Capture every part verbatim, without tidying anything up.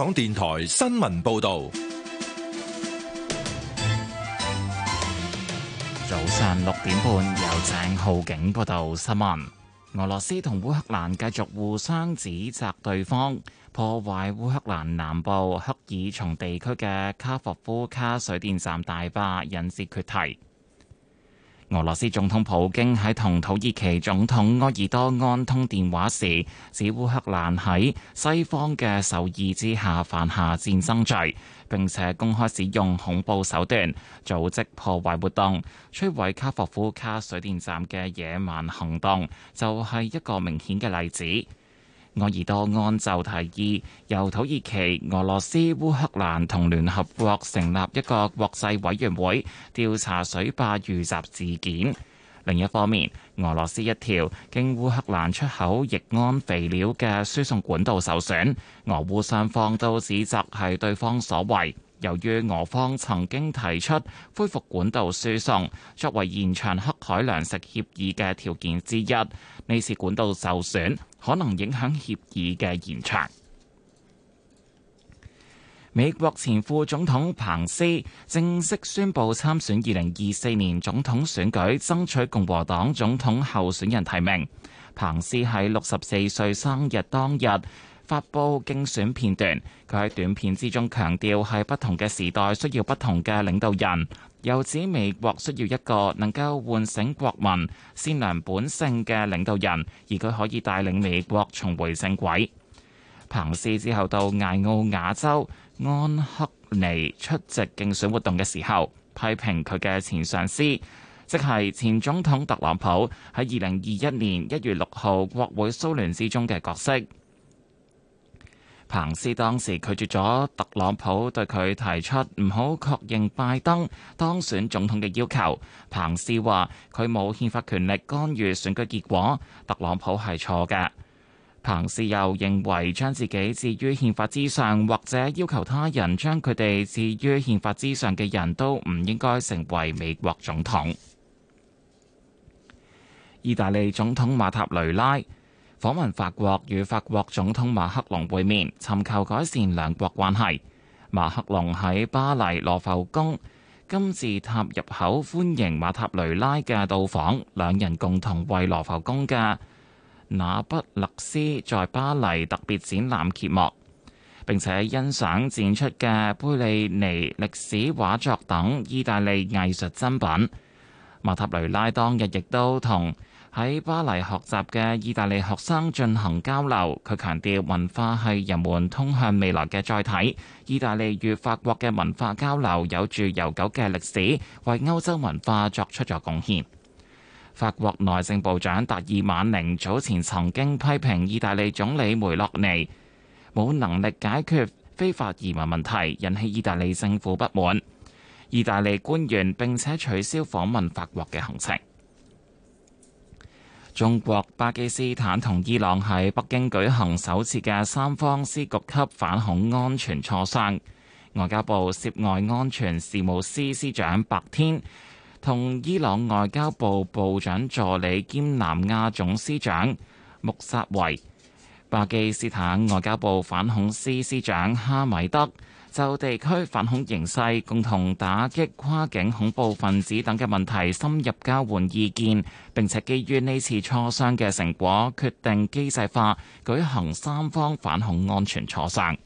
港電台新聞報道。 早上六點半，由鄭浩景報道新聞。俄羅斯同烏克蘭繼續互相指責對方破壞烏克蘭南部克爾松地區嘅卡霍夫卡水電站大壩，引致決堤。俄羅斯總統普京喺同土耳其總統埃爾多安通電話時，指烏克蘭喺西方嘅授意之下犯下戰爭罪，並且公開使用恐怖手段組織破壞活動，摧毀卡霍夫卡水電站嘅野蠻行動就係一個明顯嘅例子。埃爾多安就提議由土耳其、俄羅斯、烏克蘭同聯合國成立一個國際委員會調查水壩遇襲事件。另一方面，俄羅斯一條經烏克蘭出口液氨肥料嘅輸送管道受損，俄烏雙方都指責係對方所為。由於俄方曾經提出恢復管道輸送作為延長黑海糧食協議嘅條件之一，呢次管道受損可能影響協議嘅延長。美國前副總統彭斯正式宣布參選二零二四年總統選舉，爭取共和黨總統候選人提名。彭斯喺六十四歲生日當日發布競選片段，佢喺短片之中強調喺不同嘅時代需要不同嘅領導人，又指美國需要一個能夠喚醒國民善良本性嘅領導人，而佢可以帶領美國重回正軌。彭斯之後到艾奧瓦州安克尼出席競選活動嘅時候，批評佢嘅前上司，即係前總統特朗普喺二零二一年一月六號國會騷亂之中嘅角色。彭斯當時拒絕咗特朗普對佢提出唔好確認拜登當選總統嘅要求。彭斯話佢冇憲法權力干預選舉結果，特朗普係錯嘅。彭斯又認為將自己置於憲法之上，或者要求他人將佢哋置於憲法之上嘅人都唔應該成為美國總統。意大利總統馬塔雷拉訪問法國，與法國總統馬克龍會面，尋求改善兩國關係。馬克龍喺巴黎羅浮宮金字塔入口歡迎馬塔雷拉嘅到訪，兩人共同為羅浮宮嘅那不勒斯在巴黎特別展覽揭幕，並且欣賞展出嘅貝利尼歷史畫作等意大利藝術珍品。馬塔雷拉當日亦都同喺巴黎學習嘅意大利學生進行交流，佢強調文化係人們通向未來嘅載體。意大利與法國嘅文化交流有住悠久嘅歷史，為歐洲文化作出咗貢獻。法國內政部長達爾馬寧早前曾經批評意大利總理梅洛尼冇能力解決非法移民問題，引起意大利政府不滿。意大利官員並且取消訪問法國嘅行程。中國、巴基斯坦同伊朗喺北京舉行首次嘅三方司局級反恐安全磋商。外交部涉外安全事務司司長白天同伊朗外交部部長助理兼南亞總司長穆薩維、巴基斯坦外交部反恐司司長哈米德就地區反恐形勢、共同打擊跨境恐怖分子等嘅問題深入交換意見，並且基於呢次磋商嘅成果，決定機制化舉行三方反恐安全磋商。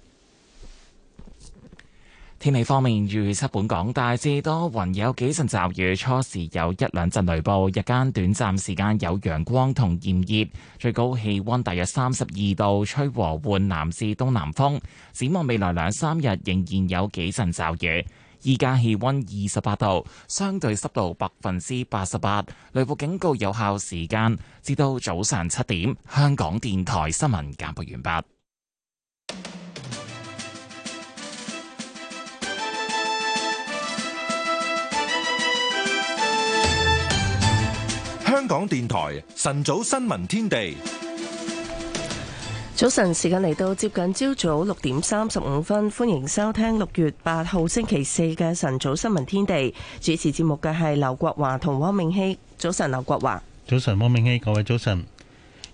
天氣方面，預測本港大致多雲，有幾陣驟雨，初時有一兩陣雷暴，日間短暫時間有陽光同炎熱，最高氣溫大約三十二度，吹和緩南至東南風。展望未來兩三日仍然有幾陣驟雨。依家氣溫二十八度，相對濕度百分之八十八，雷暴警告有效時間至到早上七點。香港電台新聞簡報完畢。 香港電台晨早新聞天地， 早晨時間嚟到接近朝早六點三十五分，歡迎收聽六月八號星期四嘅晨早新聞天地。主持節目嘅係劉國華同汪明熙。早晨，劉國華。 早晨，汪明熙。各位早晨。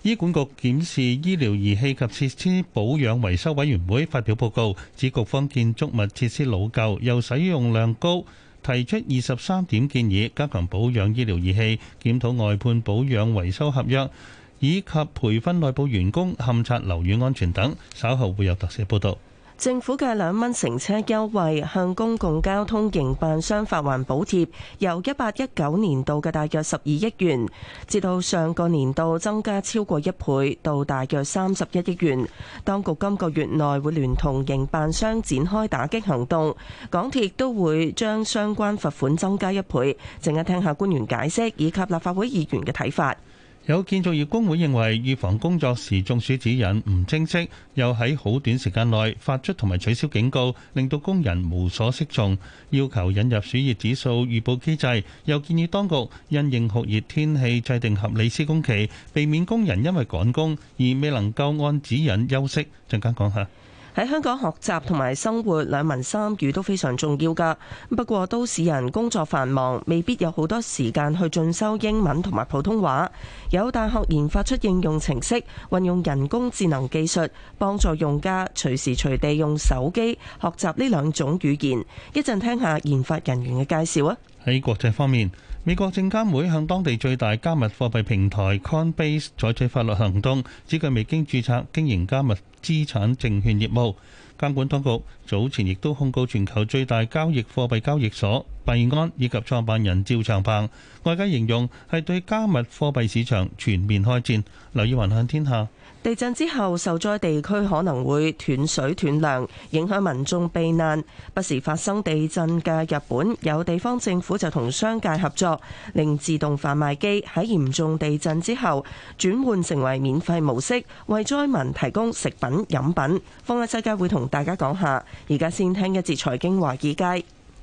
醫管局檢視醫療儀器及設施保養維修委員會發表報告，指局方建築物設施老舊又使用量高，提出二十三點建議，加強保養醫療儀器，檢討外判保養維修合約，以及培訓內部員工勘察樓宇安全等。稍後會有特寫報導。 政府嘅兩蚊乘車優惠向公共交通營辦商發還補貼，由一八一九年度嘅大約十二億元，至到上個年度增加超過一倍，到大約三十一億元。當局今個月內會聯同營辦商展開打擊行動，港鐵亦都會將相關罰款增加一倍。陣間聽下官員解釋以及立法會議員嘅睇法。 有建造業工會認為預防工作時中暑指引唔清晰，又喺好短時間內發出同埋取消警告，令到工人無所適從，要求引入暑熱指數預報機制，又建議當局因應酷熱天氣制定合理施工期，避免工人因為趕工而未能夠按指引休息。陣間講下。 喺香港學習同埋生活兩文三語都非常重要㗎。不過都市人工作繁忙，未必有好多時間去進修英文同埋普通話。有大學研發出應用程式，運用人工智能技術，幫助用家隨時隨地用手機學習呢兩種語言。一陣聽下研發人員嘅介紹啊！ 喺國際方面，美國證監會向當地最大加密貨幣平台 Coinbase 採取法律行動，指佢未經註冊經營加密資產證券業務。監管當局早前亦都控告全球最大交易貨幣交易所幣安以及創辦人趙長鵬，外界形容係對加密貨幣市場全面開戰。留意雲向天下。 地震之後，受災地區可能會斷水斷糧，影響民眾避難。不時發生地震嘅日本，有地方政府就同商界合作，令自動販賣機喺嚴重地震之後轉換成為免費模式，為災民提供食品飲品。放眼世界會同大家講下，而家先聽一節財經華爾街。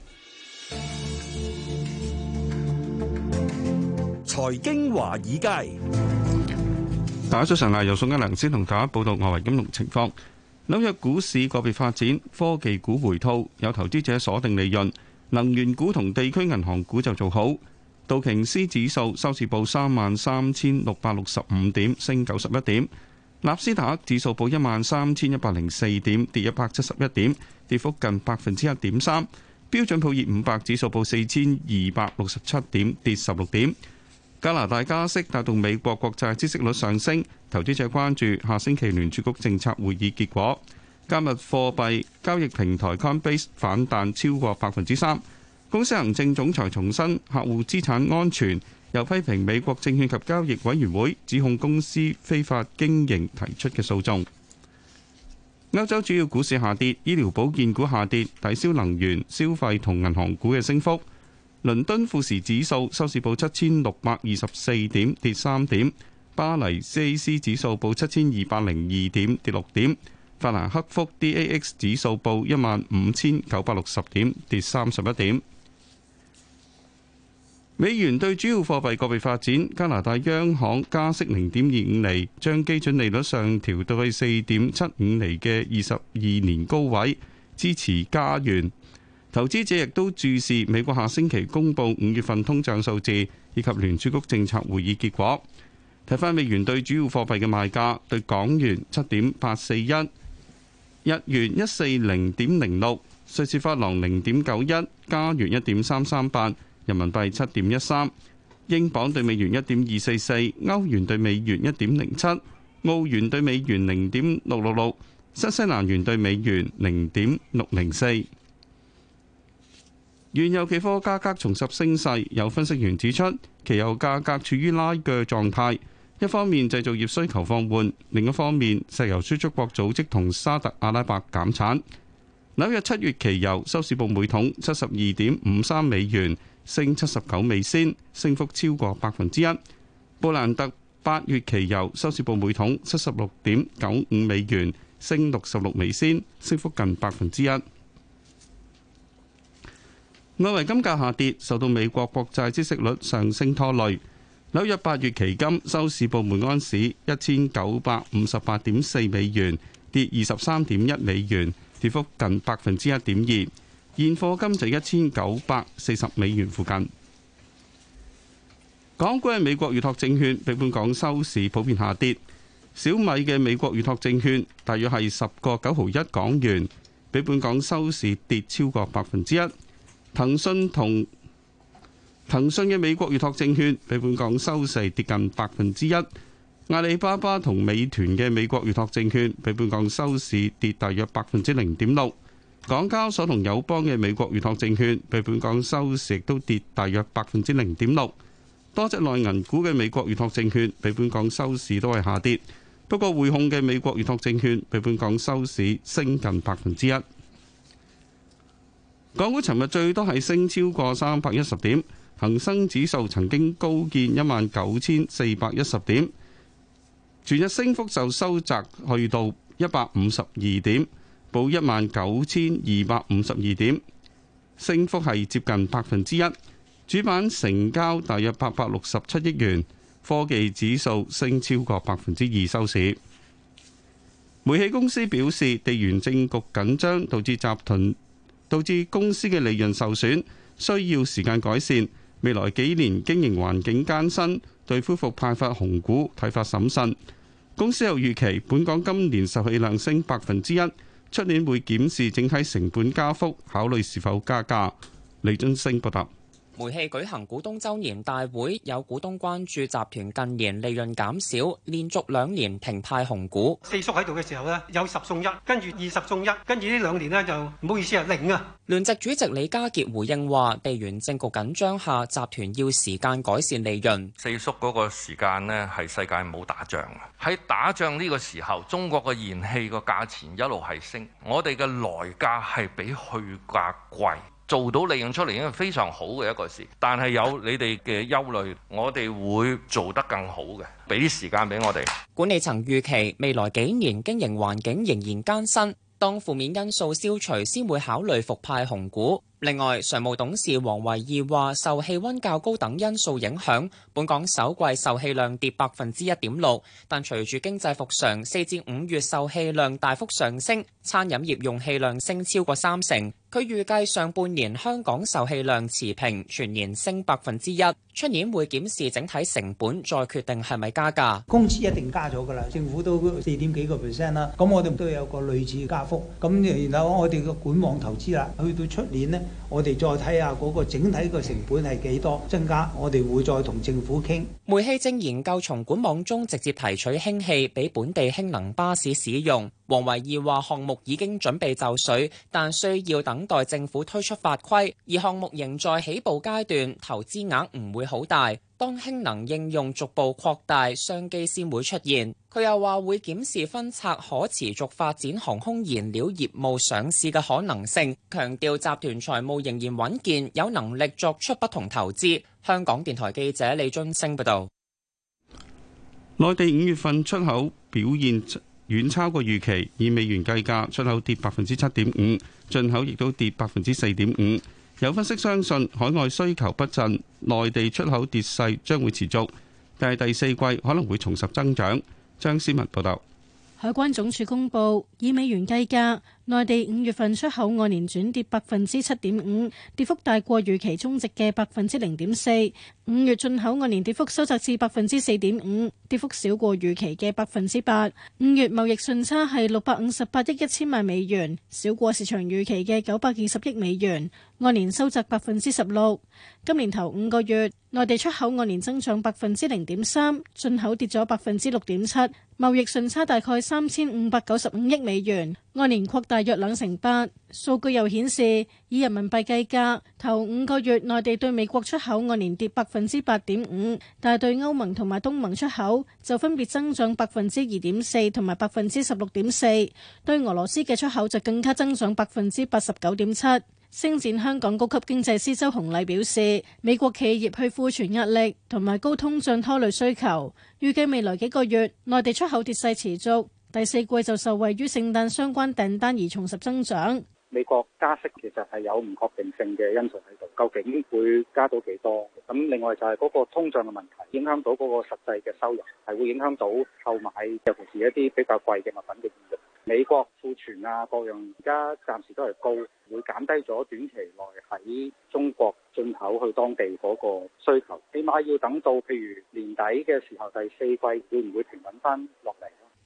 財經華爾街。 大家早晨啊！由宋一良先同大家報道外圍金融情況。紐約股市個別發展，科技股回吐，有投資者鎖定利潤。能源股同地區銀行股就做好。道瓊斯指數收市報三萬三千六百六十五點，升九十一點。納斯達克指數報一萬三千一百零四點，跌一百七十一點，跌幅近百分之一點三。標準普爾五百指數報四千二百六十七點，跌十六點。加拿大加息帶動美國國債孳息率上升，投資者關注下星期聯儲局政策會議結果。加密貨幣交易平台 Coinbase 反彈超過百分之三。公司行政總裁重申客戶資產安全，又批評美國證券及交易委員會指控公司非法經營提出嘅訴訟。歐洲主要股市下跌，醫療保健股下跌，抵消能源、消費同銀行股嘅升幅。倫敦富時指數收市報七千六百二十四點，跌三點；巴黎 C A C 指數報七千二百零二點，跌六點；法蘭克福 D A X 指數報一萬五千九百六十點，跌三十一點。美元對主要貨幣個別發展，加拿大央行加息零點二五厘，將基準利率上調到去四點七五厘嘅二十二年高位，支持加元。投資者亦都注視美國下星期公布五月份通脹數字，以及聯儲局政策會議結果。睇返美元對主要貨幣嘅賣價，對港元七點八四一，日元一四零點零六，瑞士法郎零點九一，加元一點三三八，人民幣七點一三，英鎊對美元一點二四四，歐元對美元一點零七，澳元對美元零點六六六，新西蘭元對美元零點六零四。原油期貨價格重拾升勢，有分析員指出，期油價格處於拉鋸狀態。一方面製造業需求放緩，另一方面石油輸出國組織同沙特阿拉伯減產。紐約七月期油收市報每桶七十二點五三美元，升七十九美仙，升幅超過百分之一。布蘭特八月期油收市報每桶七十六點九五美元，升六十六美仙，升幅近百分之一。外圍金價下跌，受到美國國債孳息率上升拖累。紐約八月期金收市報每安士一千九百五十八點四美元，跌二十三點一美元，跌幅近百分之一點二。現貨金就一千九百四十美元附近。港股嘅美國預託證券比本港收市普遍下跌。 小米嘅美國預託證券大約係十個九毫一港元，比本港收市跌超過百分之一。騰訊同騰訊嘅美國預託證券比本港收市跌近百分之一。阿里巴巴同美團嘅美國預託證券比本港收市跌大約百分之零點六。港交所同友邦嘅美國預託證券比本港收市亦都跌大約百分之零點六。多隻內銀股嘅美國預託證券比本港收市都係下跌，不過匯控嘅美國預託證券比本港收市升近百分之一。港股尋日最多係升超過三百一十點，恒生指數曾經高見一萬九千四百一十點，全日升幅就收窄去到一百五十二點。報一萬九千二百五十二點，升幅係接近百分之一。主板成交大約八百六十七億元，科技指數升超過百分之二收市。煤氣公司表示，地緣政局緊張導致集團導致公司嘅利潤受損，需要時間改善。未來幾年經營環境艱辛，對恢復派發紅股睇法審慎。公司又預期本港今年售氣量升百分之一。出年會檢視整體成本加幅，考慮是否加價。李津升報道。 煤氣舉行股東周年大會，有股東關注集團近年利潤減少，連續兩年停派紅股。 四叔喺度嘅時候呢，有十送一，跟住二十送一，跟住呢兩年呢，就唔好意思啊，零啊。 聯席主席李家傑回應話：地緣政局緊張下，集團要時間改善利潤。 四叔嗰個時間呢，係世界冇打仗，喺打仗呢個時候，中國嘅燃氣個價錢一路係升，我哋嘅來價係比去價貴。做到利潤出嚟已經係非常好嘅一個事，但係有你哋嘅憂慮，我哋會做得更好嘅，俾啲時間俾我哋。 管理層預期未來幾年經營環境仍然艱辛，當負面因素消除，先會考慮復派紅股。另外，常務董事黃維義話，受氣溫較高等因素影響，本港首季售氣量跌百分之一點六，但隨住經濟復常，四至五月售氣量大幅上升，餐飲業用氣量升超過三成。佢預計上半年香港售氣量持平，全年升百分之一。出年會檢視整體成本，再決定係咪加價。 工資一定加咗㗎啦，政府都四點幾個 percent 啦，咁我哋都有個類似嘅加幅。咁然後我哋嘅管網投資啦，去到出年呢，我哋再睇下嗰個整體嘅成本係幾多增加，我哋會再同政府傾。 煤氣正研究從管網中直接提取氫氣，俾本地氫能巴士使用。黃維義話：項目已經準備就緒，但需要等待政府推出法規，而項目仍在起步階段，投資額唔會好大。當氫能應用逐步擴大，商機先會出現。佢又話會檢視分拆可持續發展航空燃料業務上市嘅可能性，強調集團財務仍然穩健，有能力作出不同投資。香港電台記者李津升報道。 內地五月份出口表現遠超過預期，以美元計價，出口跌百分之七點五，進口亦都跌百分之四點五。有分析相信海外需求不振，內地出口跌勢將會持續，但係第四季可能會重拾增長。張思文報道。 海關總署公佈，以美元計價，內地五月份出口按年轉跌百分之七點五，跌幅大過預期中值嘅百分之零點四。五月進口按年跌幅收窄至百分之四點五，跌幅少過預期嘅百分之八。五月貿易順差係六百五十八億一千萬美元，少過市場預期嘅九百二十億美元，按年收窄百分之十六。今年頭五個月，內地出口按年增長百分之零點三，進口跌咗百分之六點七，貿易順差大概三千五百九十五億美元，按年擴大約兩成八。數據又顯示，以人民幣計價，頭五個月內地對美國出口按年跌百分之八點五，但係對歐盟同埋東盟出口就分別增長百分之二點四同埋百分之十六點四，對俄羅斯嘅出口就更加增長百分之八十九點七。星展香港高級經濟師周紅麗表示，美國企業去庫存壓力同埋高通脹拖累需求，預計未來幾個月內地出口跌勢持續，第四季就受惠於聖誕相關訂單而重拾增長。 美國加息其實係有唔確定性嘅因素喺度，究竟會加到幾多？咁另外就係嗰個通脹嘅問題，影響到嗰個實際嘅收入，係會影響到購買，尤其是一啲比較貴嘅物品嘅意欲。美國庫存啊各樣而家暫時都係高，會減低咗短期內喺中國進口去當地嗰個需求，起碼要等到譬如年底嘅時候，第四季會唔會平穩翻落嚟？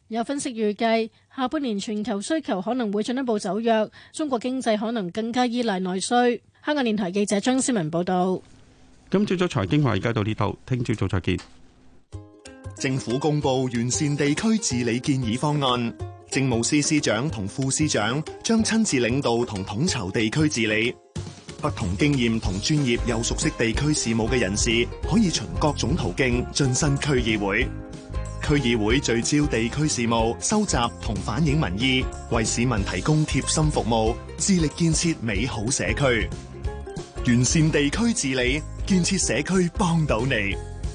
有分析預計，下半年全球需求可能會進一步走弱，中國經濟可能更加依賴內需。香港電台記者張思文報道。 今朝早財經華爾街到呢度，聽朝早再見。 政府公布完善地區治理建議方案，政務司司長同副司長將親自領導同統籌地區治理。不同經驗同專業又熟悉地區事務嘅人士，可以循各種途徑晉身區議會。區議會聚焦地區事務，收集同反映民意，為市民提供貼心服務，致力建設美好社區。完善地區治理，建設社區，幫到你。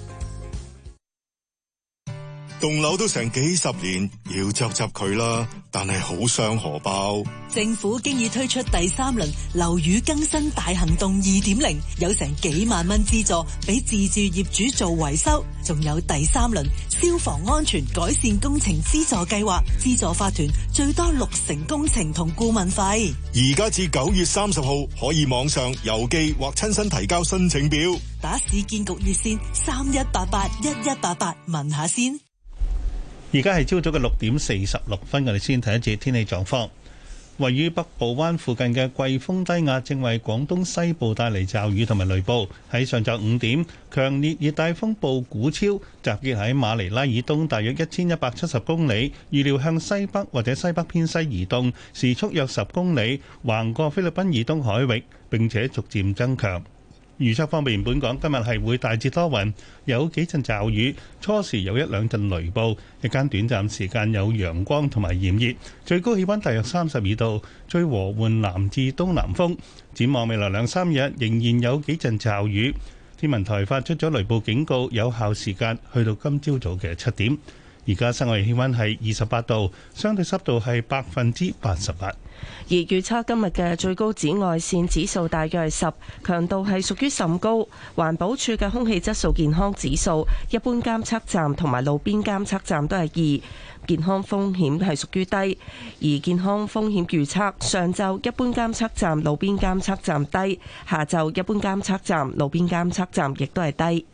棟樓都成幾十年，要執執佢啦，但係好傷荷包。 政府經已推出第三輪樓宇更新大行動二點零，有成幾萬蚊資助俾自住業主做維修，仲有第三輪消防安全改善工程資助計劃，資助法團最多六成工程同顧問費。 而家至九月三十號可以網上、郵寄或親身提交申請表。 打市建局熱線三一八八一一八八問下先。 而家係朝早嘅六點四十六分，我哋先睇一節天氣狀況。位於北部灣附近嘅季風低壓正為廣東西部帶嚟驟雨同埋雷暴。喺上晝五點，強烈熱帶風暴古超集結喺馬尼拉以東大約一千一百七十公里，預料向西北或者西北偏西移動，時速約十公里，橫過菲律賓以東海域，並且逐漸增強。預測方面，本港今日係會大致多雲，有幾陣驟雨，初時有一兩陣雷暴，日間短暫時間有陽光同埋炎熱，最高氣溫大約三十二度，吹和緩南至東南風。展望未來兩三日仍然有幾陣驟雨，天文台發出咗雷暴警告，有效時間去到今朝早嘅七點。而家室外氣溫係二十八度，相對濕度係百分之八十八。 而預測今日嘅最高紫外線指數大約係十，強度係屬於甚高。環保署嘅空氣質素健康指數，一般監測站同埋路邊監測站都係二，健康風險係屬於低。而健康風險預測，上晝一般監測站、路邊監測站低，下晝一般監測站、路邊監測站亦都係低。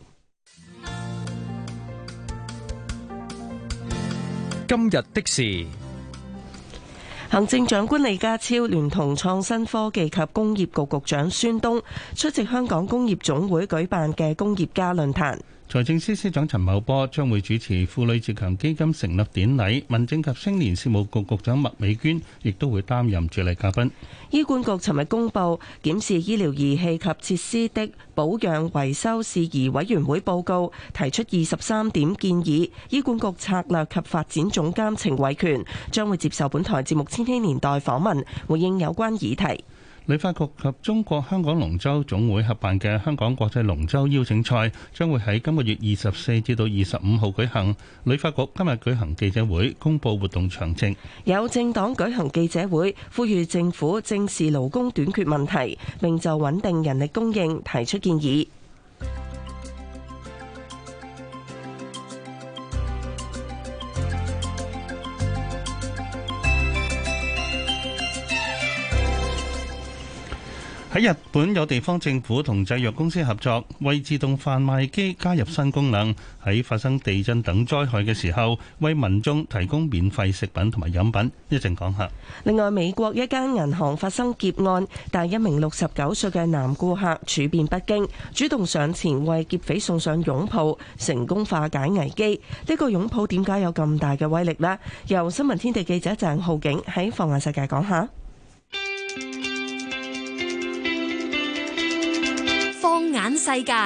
今日的事， 行政長官李家超聯同創新科技及工業局局長孫東出席香港工業總會舉辦嘅工業家論壇。 財政司司長陳茂波將會主持婦女自強基金成立典禮，民政及青年事務局局長麥美娟亦都會擔任主禮嘉賓。 醫管局尋日公布檢視醫療儀器及設施的保養維修事宜委員會報告，提出二十三點建議。醫管局策略及發展總監程偉權將會接受本台節目《千禧年代》訪問，回應有關議題。 旅發局及中國香港龍舟總會合辦嘅香港國際龍舟邀請賽將會喺今個月二十四至到二十五號舉行。旅發局今日舉行記者會，公佈活動詳情。 有政黨舉行記者會，呼籲政府正視勞工短缺問題，並就穩定人力供應提出建議。 喺日本，有地方政府同製藥公司合作，為自動販賣機加入新功能，喺發生地震等災害嘅時候，為民眾提供免費食品同埋飲品。一陣講下。 另外，美國一間銀行發生劫案，但一名六十九歲嘅男顧客處變不驚，主動上前為劫匪送上擁抱，成功化解危機。呢個擁抱點解有咁大嘅威力呢？由新聞天地記者鄭浩景喺放眼世界講下。 放眼世界，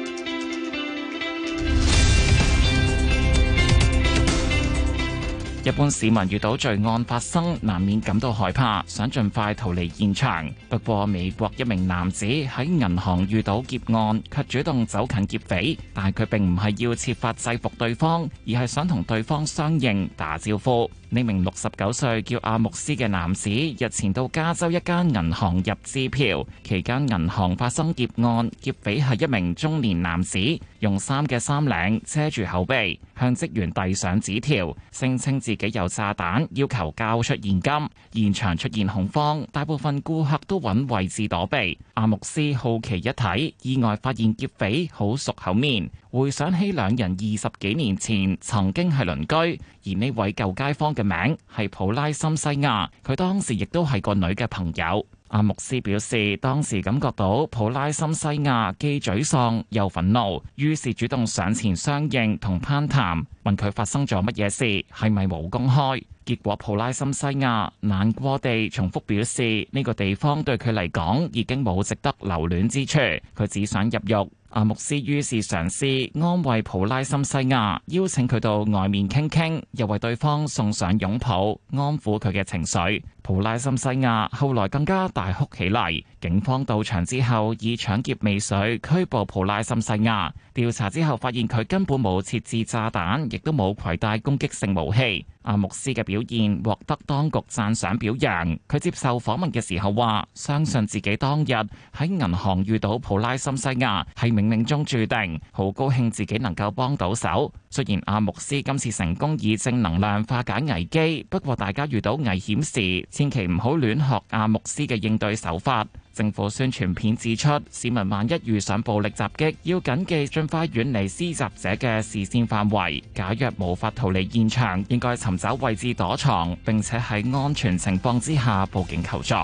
一般市民遇到罪案發生，難免感到害怕，想盡快逃離現場。不過，美國一名男子喺銀行遇到劫案，卻主動走近劫匪，但係佢並唔係要設法制服對方，而係想同對方相認打招呼。呢名六十九歲叫阿牧斯嘅男子日前到加州一間銀行入支票，期間銀行發生劫案，劫匪係一名中年男子，用衫嘅衫領遮住口鼻，向職員遞上紙條，聲稱自己己有炸彈，要求交出現金。現場出現恐慌，大部分顧客都揾位置躲避。阿牧斯好奇一睇，意外發現劫匪好熟口面，回想起兩人二十幾年前曾經係鄰居，而呢位舊街坊嘅名係普拉森西亞，佢當時亦都係個女嘅朋友。阿牧斯表示，當時感覺到普拉森西亞既沮喪又憤怒，於是主動上前相應同攀談，問佢發生咗乜嘢事，係咪冇公開。結果普拉森西亞難過地重複表示，呢個地方對佢嚟講已經冇值得留戀之處，佢只想入獄。阿牧斯於是嘗試安慰普拉森西亞，邀請佢到外面傾傾，又為對方送上擁抱，安撫佢嘅情緒。普拉森西亞後來更加大哭起嚟。警方到場之後，以搶劫未遂拘捕普拉森西亞。調查之後發現佢根本冇設置炸彈，亦都冇攜帶攻擊性武器。阿牧斯嘅表現獲得當局讚賞表揚。佢接受訪問嘅時候話，相信自己當日喺銀行遇到普拉森西亞係冥冥中注定，好高興自己能夠幫到手。雖然阿牧斯今次成功以正能量化解危機，不過大家遇到危險時，千祈唔好亂學阿牧斯嘅應對手法。政府宣傳片指出，市民萬一遇上暴力襲擊，要謹記盡快遠離施襲者嘅視線範圍。假若無法逃離現場，應該尋找位置躲藏，並且喺安全情況之下報警求助。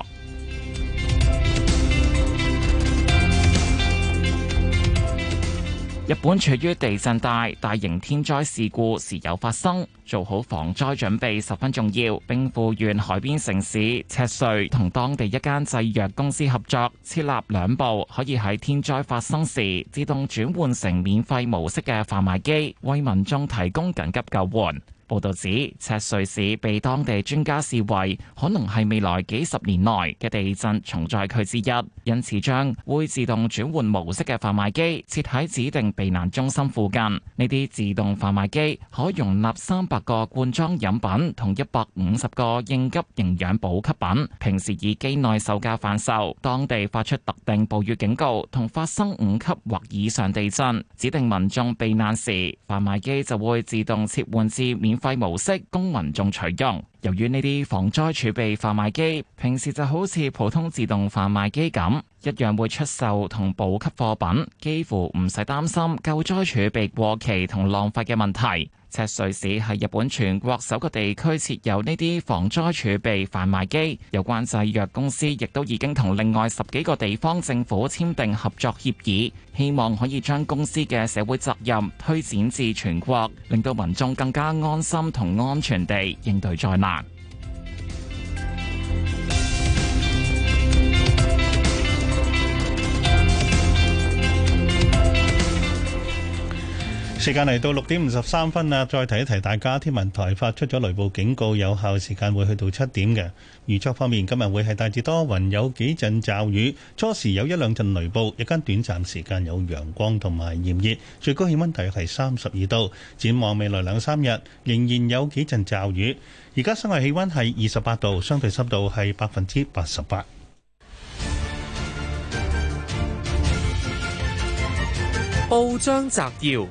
日本處於地震帶，大型天災事故時有發生，做好防災準備十分重要。兵庫縣海邊城市赤穗同當地一間製藥公司合作，設立兩部可以喺天災發生時自動轉換成免費模式嘅販賣機，為民眾提供緊急救援。報道指，赤穗市被當地專家視為可能係未來幾十年內嘅地震重災區之一，因此將會自動轉換模式嘅販賣機設喺指定避難中心附近。呢啲自動販賣機可容納三百個罐裝飲品同一百五十個應急營養補給品，平時以機內售價販售。當地發出特定暴雨警告同發生五級或以上地震，指定民眾避難時，販賣機就會自動切換至免免費模式供民眾取用。由於呢啲防災儲備販賣機平時就好似普通自動販賣機咁，一樣會出售同補給貨品，幾乎唔使擔心救災儲備過期同浪費嘅問題。赤穗市係日本全國首個地區設有呢啲防災儲備販賣機，有關製藥公司亦都已經同另外十幾個地方政府簽訂合作協議，希望可以將公司嘅社會責任推展至全國，令到民眾更加安心同安全地應對災難。 時間嚟到六點五十三分啦，再提一提大家，天文台發出咗雷暴警告，有效時間會去到七點嘅。預測方面，今日會係大致多雲，有幾陣驟雨，初時有一兩陣雷暴，日間短暫時間有陽光同埋炎熱，最高氣溫大約係三十二度。展望未來兩三日，仍然有幾陣驟雨。而家室外氣溫係二十八度，相對濕度係百分之八十八。 報章摘要。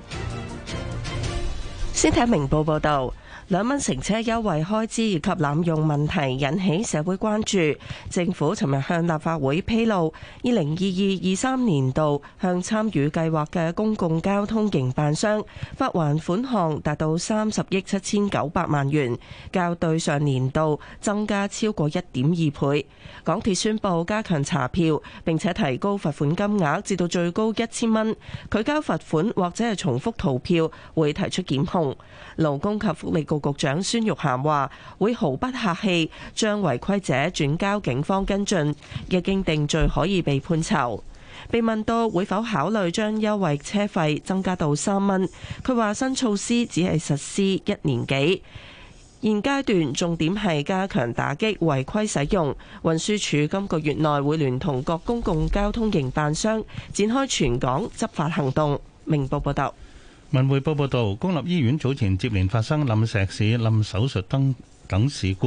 先睇明報報導，兩蚊乘車優惠開支以及濫用問題引起社會關注。政府尋日向立法會披露，二零二二二三年度向參與計劃嘅公共交通營辦商發還款項達到三十億七千九百萬元，較對上年度增加超過一點二倍。港鐵宣布加強查票，並且提高罰款金額至到最高一千蚊。拒交罰款或者係重複逃票，會提出檢控。勞工及福利局局長孫玉菡話，會毫不客氣將違規者轉交警方跟進，一經定罪可以被判囚。被問到會否考慮將優惠車費增加到三蚊，佢話新措施只係實施一年幾。現階段重點係加強打擊違規使用，運輸署今個月內會聯同各公共交通營辦商展開全港執法行動。明報報道。 文匯報報道，公立醫院早前接連發生冧石屎、冧手術燈等事故，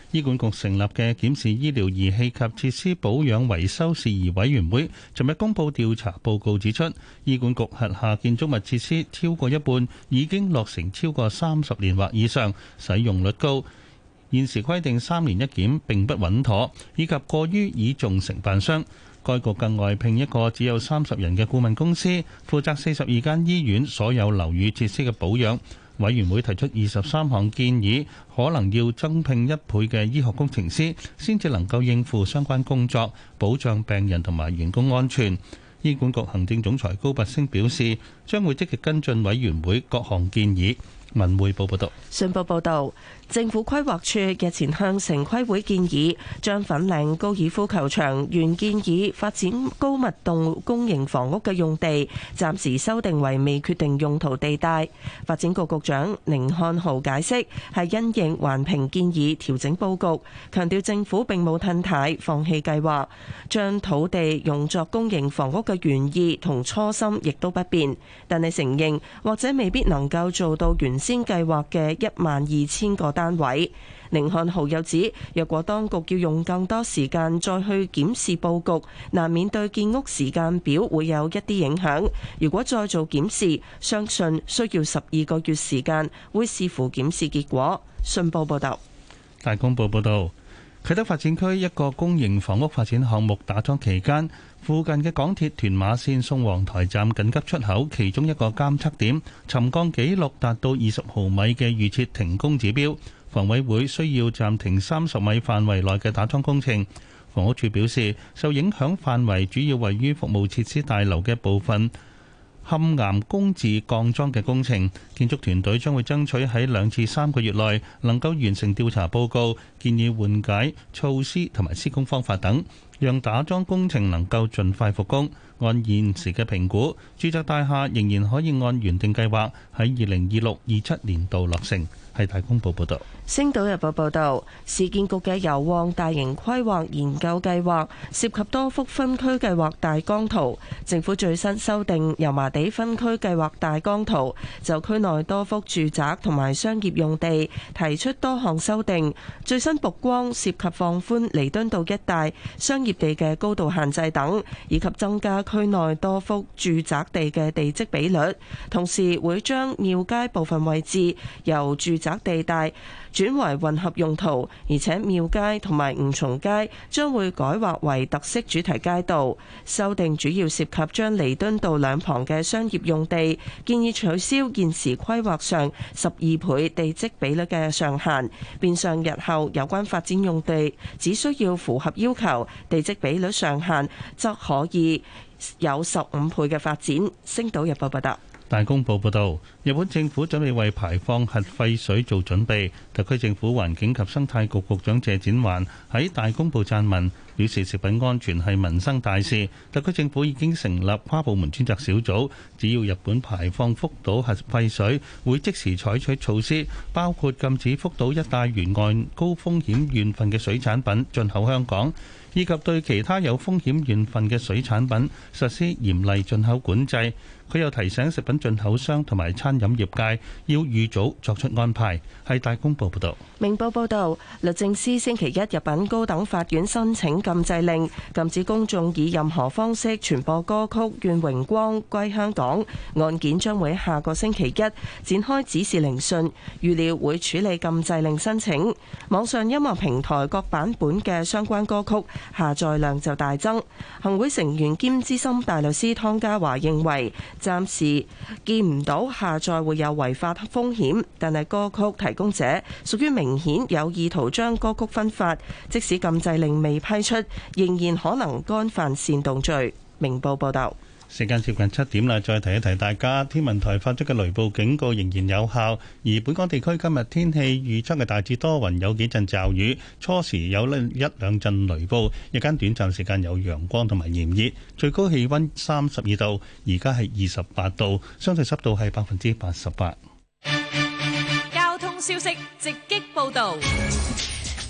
醫管局成立嘅檢視醫療儀器及設施保養維修事宜委員會尋日公布調查報告，指出醫管局轄下建築物設施超過一半已經落成超過三十年或以上，使用率高。現時規定三年一檢並不穩妥，以及過於倚重承辦商。該局更外聘一個只有三十人嘅顧問公司，負責四十二間醫院所有樓宇設施嘅保養。委員會提出二十三項建議，可能要增聘一倍嘅醫學工程師，先至能夠應付相關工作，保障病人同埋員工安全。醫管局行政總裁高拔陞表示，將會積極跟進委員會各項建議。文匯報報道。 信報報導，政府規劃處日前向城規會建議，將粉嶺高爾夫球場原建議發展高密度公營房屋嘅用地，暫時修訂為未決定用途地帶。發展局局長寧漢豪解釋，係因應環評建議調整佈局，強調政府並冇褪軚放棄計劃，將土地用作公營房屋嘅原意同初心亦都不變，但係承認或者未必能夠做到原先計劃嘅一萬二千個單位。寧漢豪又指，若果當局要用更多時間再去檢視佈局，難免對建屋時間表會有一啲影響。如果再做檢視，相信需要十二個月時間，會視乎檢視結果。信報報道。 大公報報道，啟德發展區一個公營房屋發展項目打樁期間，附近嘅港鐵屯馬線宋皇臺站緊急出口其中一個監測點沉降記錄達到二十毫米嘅預設停工指標，房委會需要暫停三十米範圍內嘅打樁工程。房屋署表示，受影響範圍主要位於服務設施大樓嘅部分嵌岩工字鋼樁嘅工程，建築團隊將會爭取喺兩至三個月內能夠完成調查報告，建議緩解措施同埋施工方法等，讓打樁工程能夠盡快復工。按現時嘅評估，住宅大廈仍然可以按原定計劃喺二零二六二七年度落成。係大公報報導。 星島日報報導，市建局嘅油旺大型規劃研究計劃涉及多幅分區計劃大綱圖。政府最新修訂油麻地分區計劃大綱圖，就區內多幅住宅同埋商業用地提出多項修訂。最新曝光涉及放寬彌敦道一帶商業地嘅高度限制等，以及增加區內多幅住宅地嘅地積比率。同時會將廟街部分位置由住宅地帶轉為混合用途，而且廟街同埋吳松街將會改劃為特色主題街道。修訂主要涉及將彌敦道兩旁嘅商業用地建議取消現時規劃上十二倍地積比率嘅上限，變相日後有關發展用地只需要符合要求，地積比率上限則可以有十五倍嘅發展。星島日報報道。 大公報報導，日本政府準備為排放核廢水做準備。特區政府環境及生態局局長謝展寰喺大公報撰文，表示食品安全係民生大事。特區政府已經成立跨部門專責小組，只要日本排放福島核廢水，會即時採取措施，包括禁止福島一帶沿岸高風險縣份嘅水產品進口香港，以及對其他有風險縣份嘅水產品實施嚴厲進口管制。佢又提醒食品進口商同埋餐飲業界要預早作出安排。係大公報報導。 明報報導，律政司星期一入稟高等法院申請禁制令，禁止公眾以任何方式傳播歌曲《願榮光歸香港》。案件將會下個星期一展開指示聆訊，預料會處理禁制令申請。網上音樂平台各版本嘅相關歌曲下載量就大增。行會成員兼資深大律師湯家驊認為，暫時見唔到下載會有違法風險，但係歌曲提供者屬於明顯有意圖將歌曲分發，即使禁制令未批出，仍然可能干犯煽動罪。明報報道。 時間接近七點啦，再提一提大家，天文台發出嘅雷暴警告仍然有效。而本港地區今日天氣預測係大致多雲，有幾陣驟雨，初時有一兩陣雷暴，日間短暫時間有陽光同埋炎熱，最高氣溫三十二度，而家係二十八度，相對濕度係百分之八十八。 交通消息直擊報道。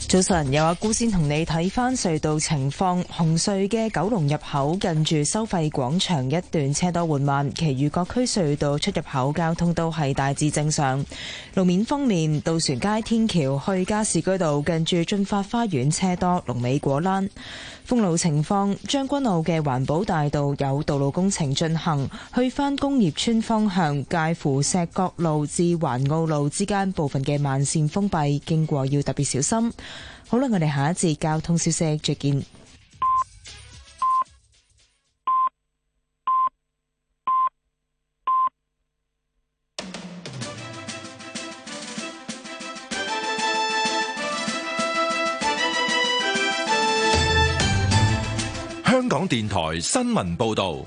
早晨，有阿姑先同你睇翻隧道情況。紅隧嘅九龍入口近住收費廣場一段車多緩慢，其餘各區隧道出入口交通都係大致正常。路面方面，渡船街天橋去加士居道近住駿發花園車多，龍尾果欄。封路情況，將軍澳嘅環保大道有道路工程進行，去返工業村方向介乎石角路至環澳路之間部分嘅慢線封閉，經過要特別小心。好啦，我哋下一節交通消息再見。 香港電台新聞報道。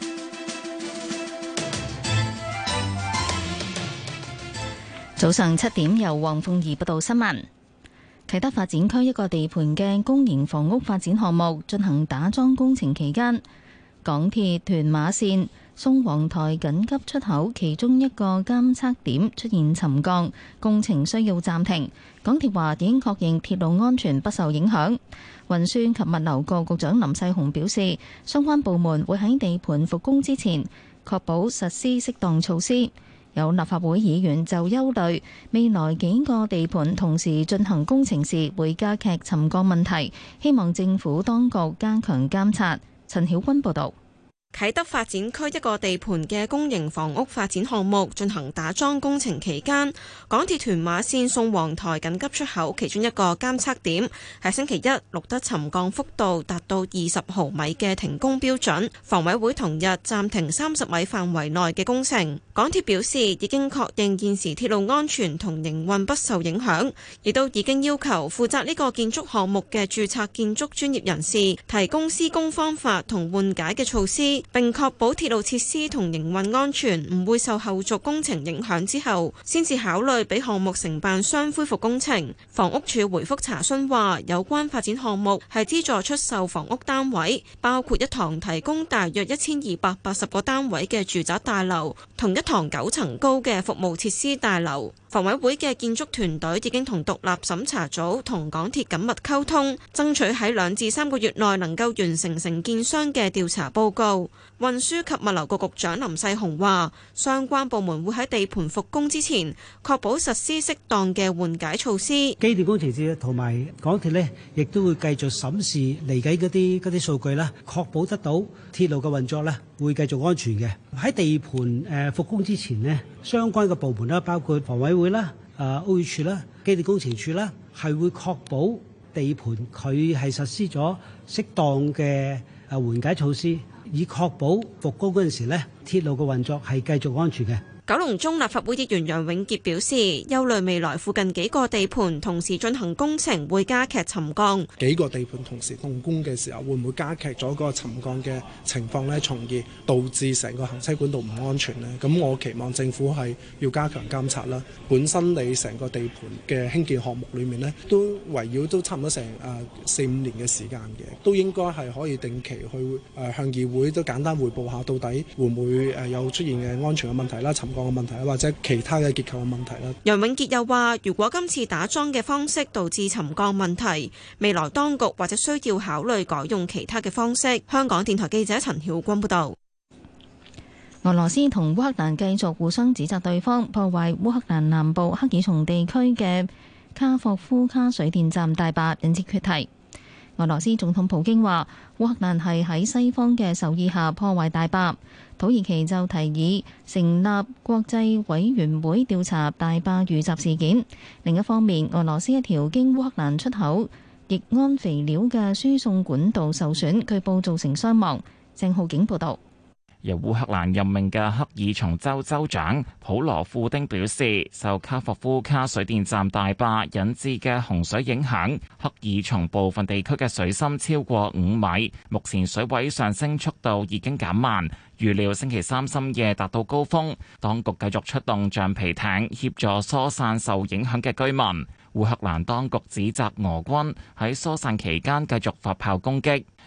早上七點，由黃鳳儀報道新聞。啟德發展區一個地盤嘅公營房屋發展項目進行打樁工程期間，港鐵屯馬線宋皇臺緊急出口其中一個監測點出現沉降，工程需要暫停。港鐵話已經確認鐵路安全不受影響。運輸及物流局局長林世雄表示，相關部門會喺地盤復工之前確保實施適當措施。有立法會議員就憂慮未來幾個地盤同時進行工程時會加劇沉降問題，希望政府當局加強監察。陳曉君報導。 啟德發展區一個地盤嘅公營房屋發展項目進行打樁工程期間，港鐵屯馬線宋皇臺緊急出口其中一個監測點喺星期一錄得沉降幅度達到二十毫米嘅停工標準，房委會同日暫停三十米範圍內嘅工程。港鐵表示已經確認現時鐵路安全同營運不受影響，亦都已經要求負責呢個建築項目嘅註冊建築專業人士提供施工方法同緩解嘅措施，並確保鐵路設施同營運安全唔會受後續工程影響之後，先至考慮俾項目承辦商恢復工程。房屋署回覆查詢話，有關發展項目係資助出售房屋單位，包括一幢提供大約一千二百八十個單位嘅住宅大樓，同一幢九層高嘅服務設施大樓。房委會嘅建築團隊已經同獨立審查組同港鐵緊密溝通，爭取喺兩至三個月內能夠完成承建商嘅調查報告。運輸及物流局局長林世雄話，相關部門會喺地盤復工之前，確保實施適當嘅緩解措施。 機電工程署同埋港鐵呢，亦都會繼續審視嚟緊嗰啲嗰啲數據啦，確保得到鐵路嘅運作呢會繼續安全嘅。喺地盤誒復工之前呢，相關嘅部門啦，包括房委會啦、誒屋宇署啦、機電工程署啦，係會確保地盤佢係實施咗適當嘅誒緩解措施，以確保復工嗰陣時咧，鐵路嘅運作係繼續安全嘅。 九龍中立法會議員楊永傑表示，憂慮未來附近幾個地盤同時進行工程會加劇沉降。 幾個地盤同時動工嘅時候，會唔會加劇咗嗰個沉降嘅情況呢？從而導致成個行車管道唔安全呢？咁我期望政府係要加強監察啦。本身你成個地盤嘅興建項目裏面呢，都圍繞都差唔多成誒四五年嘅時間嘅，都應該係可以定期去誒向議會都簡單彙報下，到底會唔會誒有出現嘅安全嘅問題啦、沉降嘅問題啦，或者其他嘅結構嘅問題啦。 楊永傑又話，如果今次打樁嘅方式導致沉降問題，未來當局或者需要考慮改用其他嘅方式。香港電台記者陳曉君報導。 俄羅斯同烏克蘭繼續互相指責對方破壞烏克蘭南部克爾松地區嘅卡霍夫卡水電站大壩，引致決堤。俄羅斯總統普京話，烏克蘭係喺西方嘅授意下破壞大壩。土耳其就提議成立國際委員會調查大壩遇襲事件。另一方面，俄羅斯一條經烏克蘭出口液氨肥料嘅輸送管道受損，據報造成傷亡。鄭浩景報導。 由烏克蘭任命嘅克爾松州州長普羅富丁表示，受卡霍夫卡水電站大壩引致嘅洪水影響，克爾松部分地區嘅水深超過五米，目前水位上升速度已經減慢，預料星期三深夜達到高峰。當局繼續出動橡皮艇協助疏散受影響嘅居民。烏克蘭當局指責俄軍喺疏散期間繼續發炮攻擊。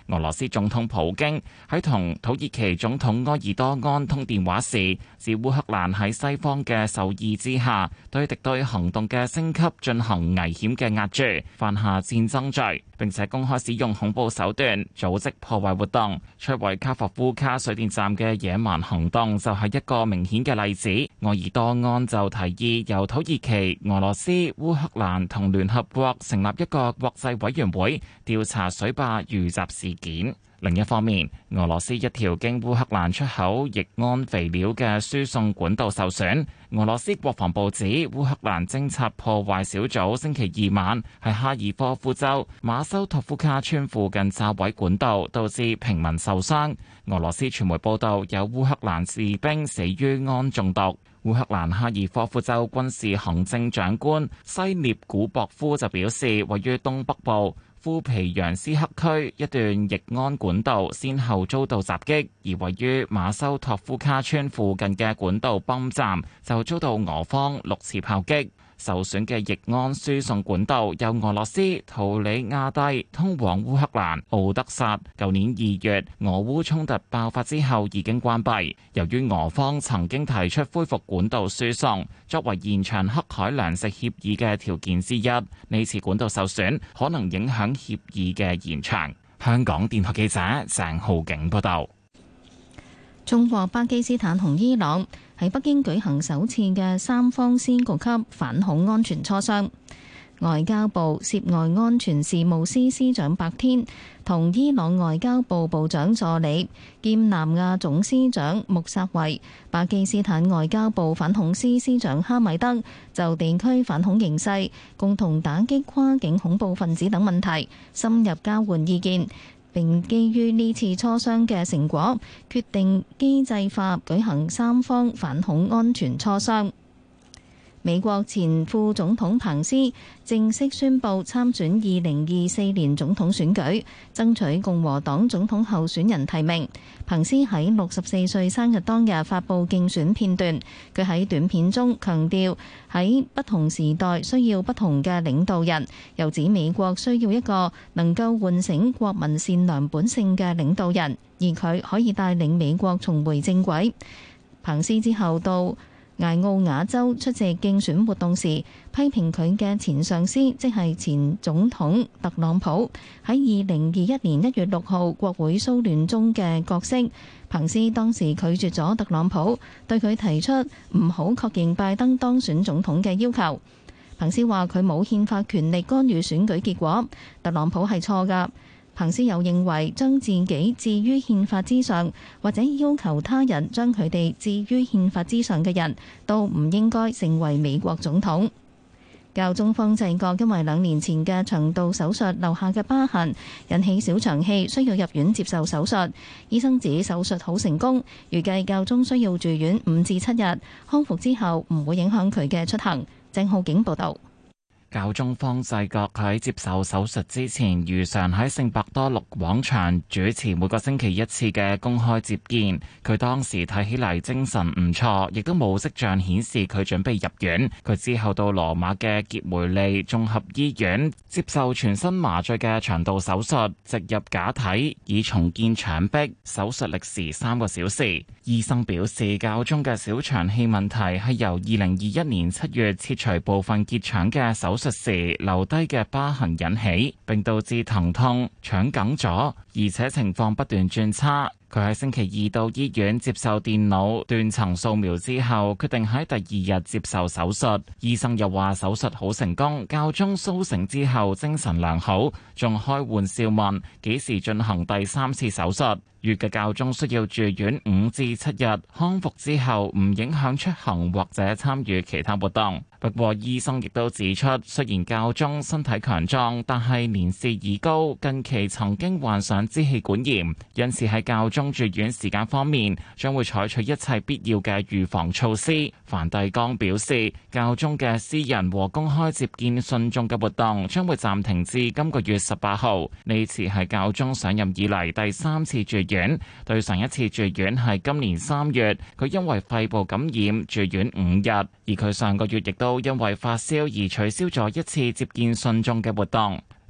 俄羅斯總統普京喺同土耳其總統埃爾多安通電話時，指烏克蘭喺西方嘅授意之下，對敵對行動嘅升級進行危險嘅壓住，犯下戰爭罪，並且公開使用恐怖手段組織破壞活動，摧毀卡霍夫卡水電站嘅野蠻行動就係一個明顯嘅例子。埃爾多安就提議由土耳其、俄羅斯、烏克蘭同聯合國成立一個國際委員會調查水壩遇襲事件。另一方面，俄羅斯一條經烏克蘭出口液氨肥料嘅輸送管道受損。俄羅斯國防部指，烏克蘭偵察破壞小組星期二晚喺哈爾科夫州馬修托夫卡村附近炸毀管道，導致平民受傷。俄羅斯傳媒報道，有烏克蘭士兵死於氨中毒。烏克蘭哈爾科夫州軍事行政長官西涅古博夫就表示，位於東北部庫皮揚斯克區一段液氨管道先後遭到襲擊，而位於馬修托夫卡村附近嘅管道泵站就遭到俄方六次炮擊。受損嘅液氨輸送管道由俄羅斯圖里亞蒂通往烏克蘭敖德薩。舊年二月俄烏衝突爆發之後已經關閉。由於俄方曾經提出恢復管道輸送作為延長黑海糧食協議嘅條件之一，呢次管道受損可能影響協議嘅延長。香港電台記者鄭浩景報道。 中國、巴基斯坦同伊朗喺北京舉行首次嘅三方先局級反恐安全磋商。外交部涉外安全事務司司長白天同伊朗外交部部長助理兼南亞總司長穆薩維、巴基斯坦外交部反恐司司長哈米德就地區反恐形勢、共同打擊跨境恐怖分子等問題深入交換意見。並基於呢次磋商嘅成果，決定機制化舉行三方反恐安全磋商。美國前副總統彭斯正式宣布參選二零二四年總統選舉，爭取共和黨總統候選人提名。彭斯喺六十四歲生日當日發布競選片段，佢喺短片中強調喺不同時代需要不同嘅領導人，又指美國需要一個能夠喚醒國民善良本性嘅領導人，而佢可以帶領美國重回正軌。彭斯之後到艾奧瓦州出席競選活動時，批評佢嘅前上司，即係前總統特朗普喺二零二一年一月六號國會騷亂中嘅角色。彭斯當時拒絕咗特朗普對佢提出唔好確認拜登當選總統嘅要求。彭斯話佢冇憲法權力干預選舉結果，特朗普係錯㗎。彭斯又認為將自己置於憲法之上，或者要求他人將佢哋置於憲法之上嘅人，都唔應該成為美國總統。教宗方濟各因為兩年前嘅腸道手術留下嘅疤痕引起小腸氣，需要入院接受手術。醫生指手術好成功，預計教宗需要住院五至七日，康復之後唔會影響佢嘅出行。鄭浩景報道。 教宗方濟各喺接受手術之前，如常喺聖伯多祿廣場主持每個星期一次嘅公開接見。佢當時睇起嚟精神唔錯，亦都冇跡象顯示佢準備入院。佢之後到羅馬嘅傑梅利綜合醫院接受全身麻醉嘅腸道手術，植入假體以重建腸壁。手術歷時三個小時。醫生表示，教宗嘅小腸氣問題係由二零二一年七月切除部分結腸嘅手術時留低嘅疤痕引起，並導致疼痛、腸梗阻，而且情況不斷轉差。佢喺星期二到醫院接受電腦斷層掃描之後，決定喺第二日接受手術。醫生又話手術好成功，教宗甦醒之後精神良好，仲開玩笑問幾時進行第三次手術。預計教宗需要住院五至七日，康復之後唔影響出行或者參與其他活動。不過醫生亦都指出，雖然教宗身體強壯，但係年事已高，近期曾經患上支氣管炎，因此喺教宗住院時間方面，將會採取一切必要嘅預防措施。梵蒂岡表示，教宗嘅私人和公開接見信眾嘅活動將會暫停至今個月十八號。呢次係教宗上任以嚟第三次住院，對上一次住院係今年三月，佢因為肺部感染住院五日，而佢上個月亦都因為發燒而取消咗一次接見信眾嘅活動。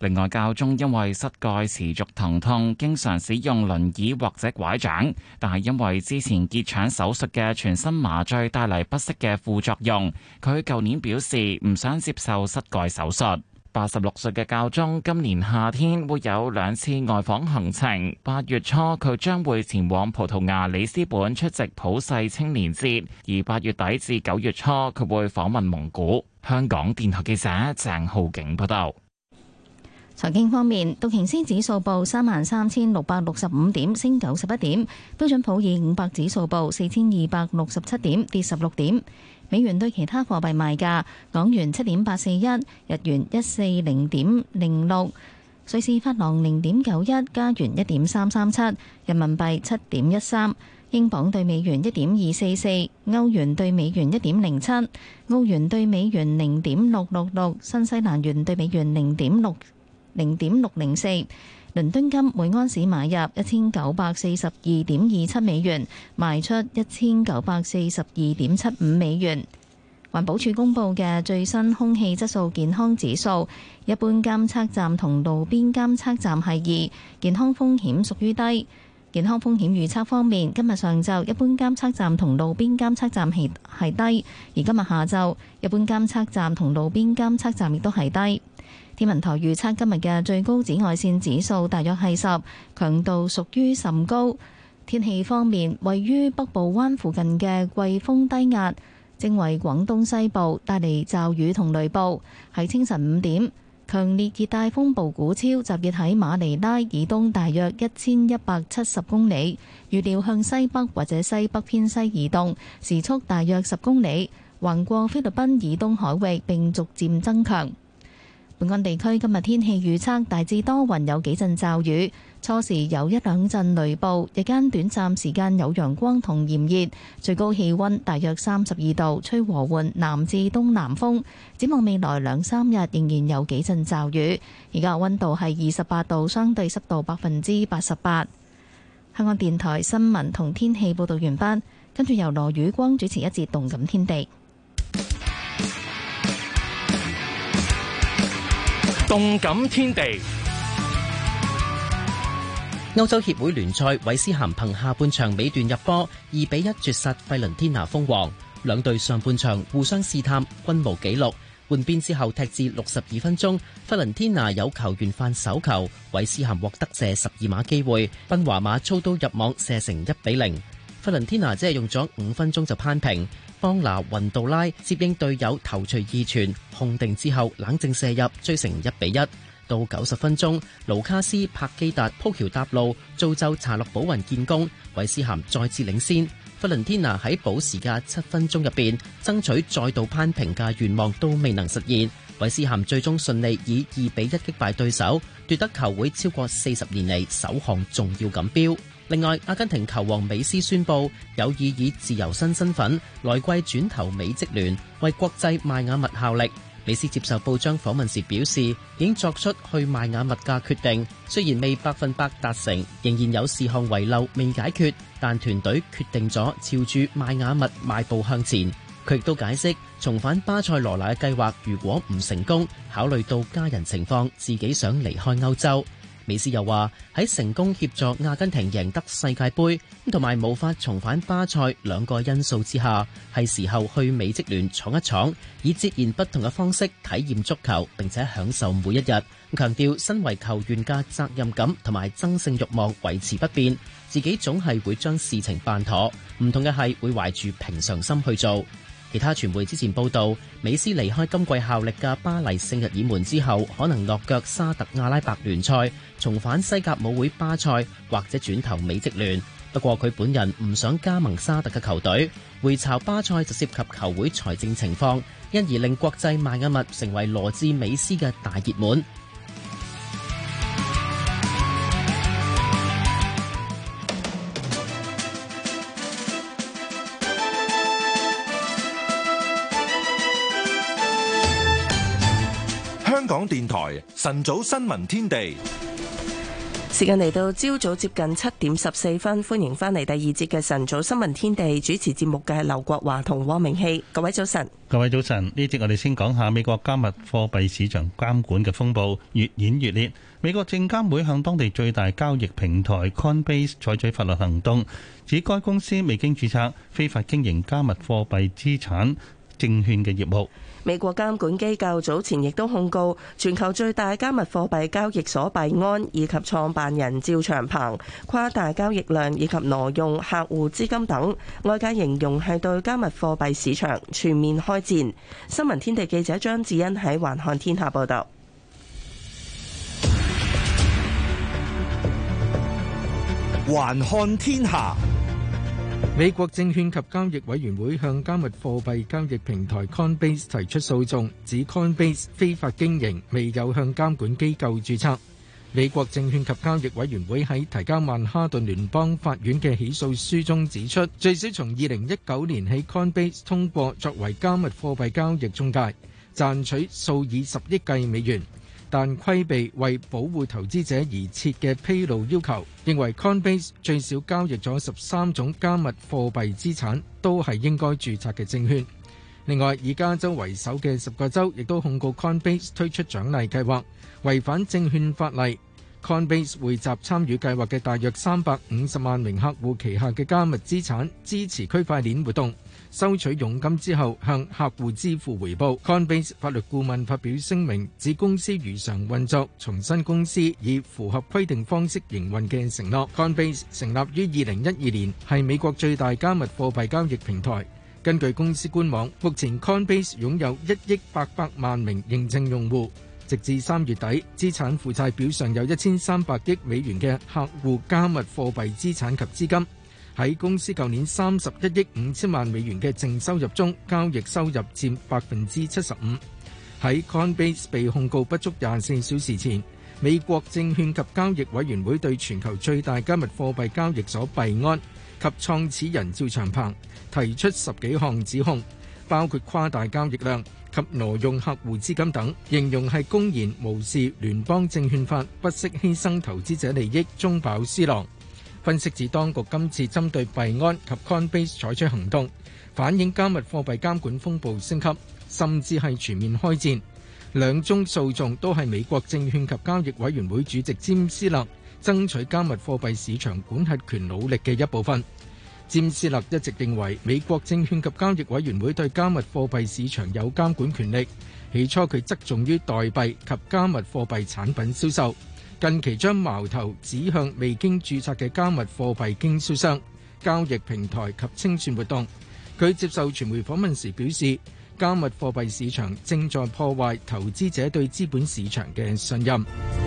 另外，教宗因為膝蓋持續疼痛，經常使用輪椅或者拐杖，但係因為之前結腸手術嘅全身麻醉帶嚟不適嘅副作用，佢舊年表示唔想接受膝蓋手術。八十六歲嘅教宗今年夏天會有兩次外訪行程，八月初佢將會前往葡萄牙里斯本出席普世青年節，而八月底至九月初佢會訪問蒙古。香港電台記者鄭浩景報道。 財經方面，道瓊斯指數報三萬三千六百六十五點，升九十一點；標準普爾五百指數報四千二百六十七點，跌十六點。美元對其他貨幣賣價：港元七點八四一，日元一四零點零六，瑞士法郎零點九一，加元一點三三七，人民幣七點一三，英鎊對美元一點二四四，歐元對美元一點零七，澳元對美元零點六六六，新西蘭元對美元零點六。零點六零四，倫敦金每安士買入一千九百四十二點二七美元，賣出一千九百四十二點七五美元。環保署公布嘅最新空氣質素健康指數，一般監測站同路邊監測站係二，健康風險屬於低。健康風險預測方面，今日上晝一般監測站同路邊監測站係係低，而今日下晝一般監測站同路邊監測站亦都係低。天文台預測今日嘅最高紫外線指數大約係十，強度屬於甚高。天氣方面，位於北部灣附近嘅季風低壓正為廣東西部帶嚟驟雨同雷暴。喺清晨五點，強烈熱帶風暴古超集結喺馬尼拉以東大約一千一百七十公里，預料向西北或者西北偏西移動，時速大約十公里，橫過菲律賓以東海域並逐漸增強。本港地區今日天氣預測大致多雲，有幾陣驟雨，初時有一兩陣雷暴，日間短暫時間有陽光同炎熱，最高氣溫大約三十二度，吹和緩南至東南風。展望未來兩三日仍然有幾陣驟雨。而家溫度係二十八度，相對濕度百分之八十八。香港電台新聞同天氣報道完畢，跟住由羅宇光主持一節動感天地。 動感天地，歐洲協會聯賽，韋斯咸憑下半場尾段入波，二比一絕殺費倫天拿封王。兩隊上半場互相試探，均無紀錄。換邊之後踢至六十二分鐘，費倫天拿有球員犯手球，韋斯咸獲得射十二碼機會，賓華馬操刀入網射成一比零。費倫天拿只係用咗五分鐘就攀平。邦拿雲杜拉接應隊友頭槌二傳控定之後冷靜射入，追成一比一。到九十分鐘，盧卡斯柏基達鋪橋搭路，造就查洛保雲建功，韋斯咸再次領先。費倫天拿喺補時嘅七分鐘入邊爭取再度攀平嘅願望都未能實現，韋斯咸最終順利以二比一擊敗對手，奪得球會超過四十年嚟首項重要錦標。另外，阿根廷球王美斯宣布有意以自由身身份來季轉投美職聯，為國際邁阿密效力。美斯接受報章訪問時表示，已經作出去邁阿密嘅決定，雖然未百分百達成，仍然有事項遺漏未解決，但團隊決定咗朝住邁阿密邁步向前。佢亦都解釋，重返巴塞羅那嘅計劃如果唔成功，考慮到家人情況，自己想離開歐洲。美斯又話喺成功協助阿根廷贏得世界盃，同埋無法重返巴塞兩個因素之下，係時候去美職聯闖一闖，以截然不同嘅方式體驗足球，並且享受每一日。強調身為球員嘅責任感同埋爭勝慾望維持不變，自己總係會將事情辦妥，唔同嘅係會懷住平常心去做。其他傳媒之前報道，美斯離開今季效力嘅巴黎聖日耳門之後，可能落腳沙特阿拉伯聯賽，重返西甲母會巴塞，或者轉投美職聯。不過佢本人唔想加盟沙特嘅球隊，回巢巴塞就涉及球會財政情況，因而令國際邁阿密成為羅致美斯嘅大熱門。 香港電台晨早新聞天地， 時間嚟到朝早接近七點十四分，歡迎翻嚟第二節嘅晨早新聞天地，主持節目嘅係劉國華同汪明熙。各位早晨， 各位早晨。呢節我哋先講下美國加密貨幣市場監管嘅風暴越演越烈。美國證監會向當地最大交易平台 Coinbase 採取法律行動，指該公司未經註冊，非法經營加密貨幣資產證券嘅業務。 美國監管機構早前亦都控告全球最大加密貨幣交易所幣安以及創辦人趙長鵬誇大交易量以及挪用客戶資金等，外界形容係對加密貨幣市場全面開戰。新聞天地記者張智恩喺環看天下報道。 環看天下。美國證券及交易委員會向加密貨幣交易平台 Coinbase 提出訴訟，指 Coinbase 非法經營，未有向監管機構註冊。美國證券及交易委員會喺提交曼哈頓聯邦法院嘅起訴書中指出，最少從二零一九年起 Coinbase 通過作為加密貨幣交易中介，賺取數以十億計美元。但規避為保護投資者而設嘅披露要求，認為 Coinbase 最少交易咗十三種加密貨幣資產，都係應該註冊嘅證券。另外，以加州為首嘅十個州亦都控告 Coinbase 推出獎勵計劃，違反證券法例。Coinbase 匯集參與計劃嘅大約三百五十萬名客戶旗下嘅加密資產，支持區塊鏈活動，收取佣金之後向客戶支付回報。Coinbase 法律顧問發表聲明，指公司如常運作，重申公司以符合規定方式營運嘅承諾。Coinbase 成立於二零一二年，係美國最大加密貨幣交易平台。根據公司官網，目前 Coinbase 擁有一億八百萬名認證用戶。直至三月底，資產負債表上有一千三百億美元嘅客戶加密貨幣資產及資金。喺公司舊年三十一億五千萬美元嘅淨收入中，交易收入佔百分之七十五。喺 Coinbase 被控告不足廿四小時前，美國證券及交易委員會對全球最大加密貨幣交易所幣安及創始人趙長鵬提出十幾項指控，包括誇大交易量及挪用客戶資金等，形容係公然無視聯邦證券法，不惜犧牲投資者利益，中飽私囊。分析指當局今次針對幣安及 Coinbase 採取行動，反映加密貨幣監管風暴升級，甚至係全面開戰。兩宗訴訟都係美國證券及交易委員會主席詹斯勒爭取加密貨幣市場管轄權努力嘅一部分。詹斯勒一直認為美國證券及交易委員會對加密貨幣市場有監管權力，起初佢側重於代幣及加密貨幣產品銷售，近期將矛頭指向未經註冊嘅加密貨幣經銷商、交易平台及清算活動。佢接受傳媒訪問時表示，加密貨幣市場正在破壞投資者對資本市場嘅信任。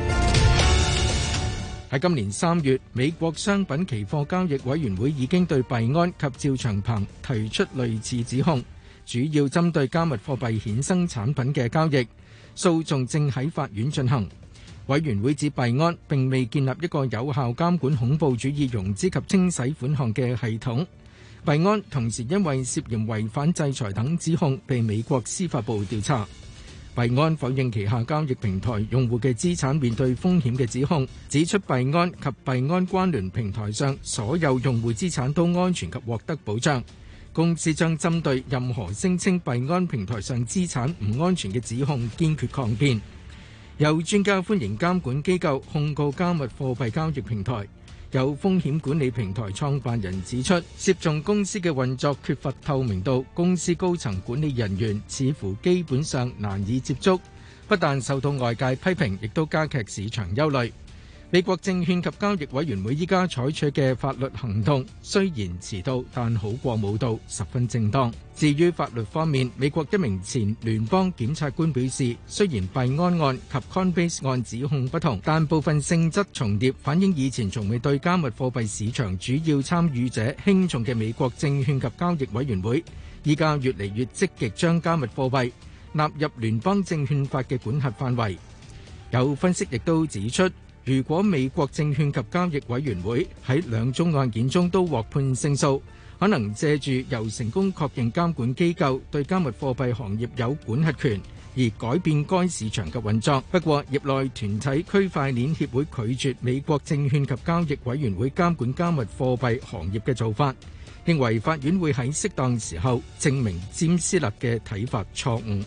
喺今年三月，美國商品期貨交易委員會已經對幣安及趙長鵬提出類似指控，主要針對加密貨幣衍生產品嘅交易。訴訟正喺法院進行。委員會指幣安並未建立一個有效監管恐怖主義融資及清洗款項嘅系統。幣安同時因為涉嫌違反制裁等指控，被美國司法部調查。幣安否認旗下交易平台用戶嘅資產面對風險嘅指控，指出幣安及幣安關聯平台上所有用戶資產都安全及獲得保障。公司將針對任何聲稱幣安平台上資產唔安全嘅指控堅決抗辯。有專家歡迎監管機構控告加密貨幣交易平台。有風險管理平台創辦人指出，涉眾公司嘅運作缺乏透明度，公司高層管理人員似乎基本上難以接觸，不但受到外界批評，亦都加劇市場憂慮。美國證券及交易委員會依家採取嘅法律行動雖然遲到，但好過冇到，十分正當。至於法律方面，美國一名前聯邦檢察官表示，雖然幣安案及 Coinbase 案指控不同，但部分性質重疊，反映以前從未對加密貨幣市場主要參與者輕重嘅美國證券及交易委員會，依家越嚟越積極將加密貨幣納入聯邦證券法嘅管轄範圍。有分析亦都指出，如果美國證券及交易委員會喺兩宗案件中都獲判勝訴，可能借住由成功確認監管機構對加密貨幣行業有管轄權， 而改變該市場嘅運作。不過，業內團體區塊鏈協會拒絕美國證券及交易委員會監管加密貨幣行業嘅做法，認為法院會喺適當時候證明詹斯勒嘅睇法錯誤。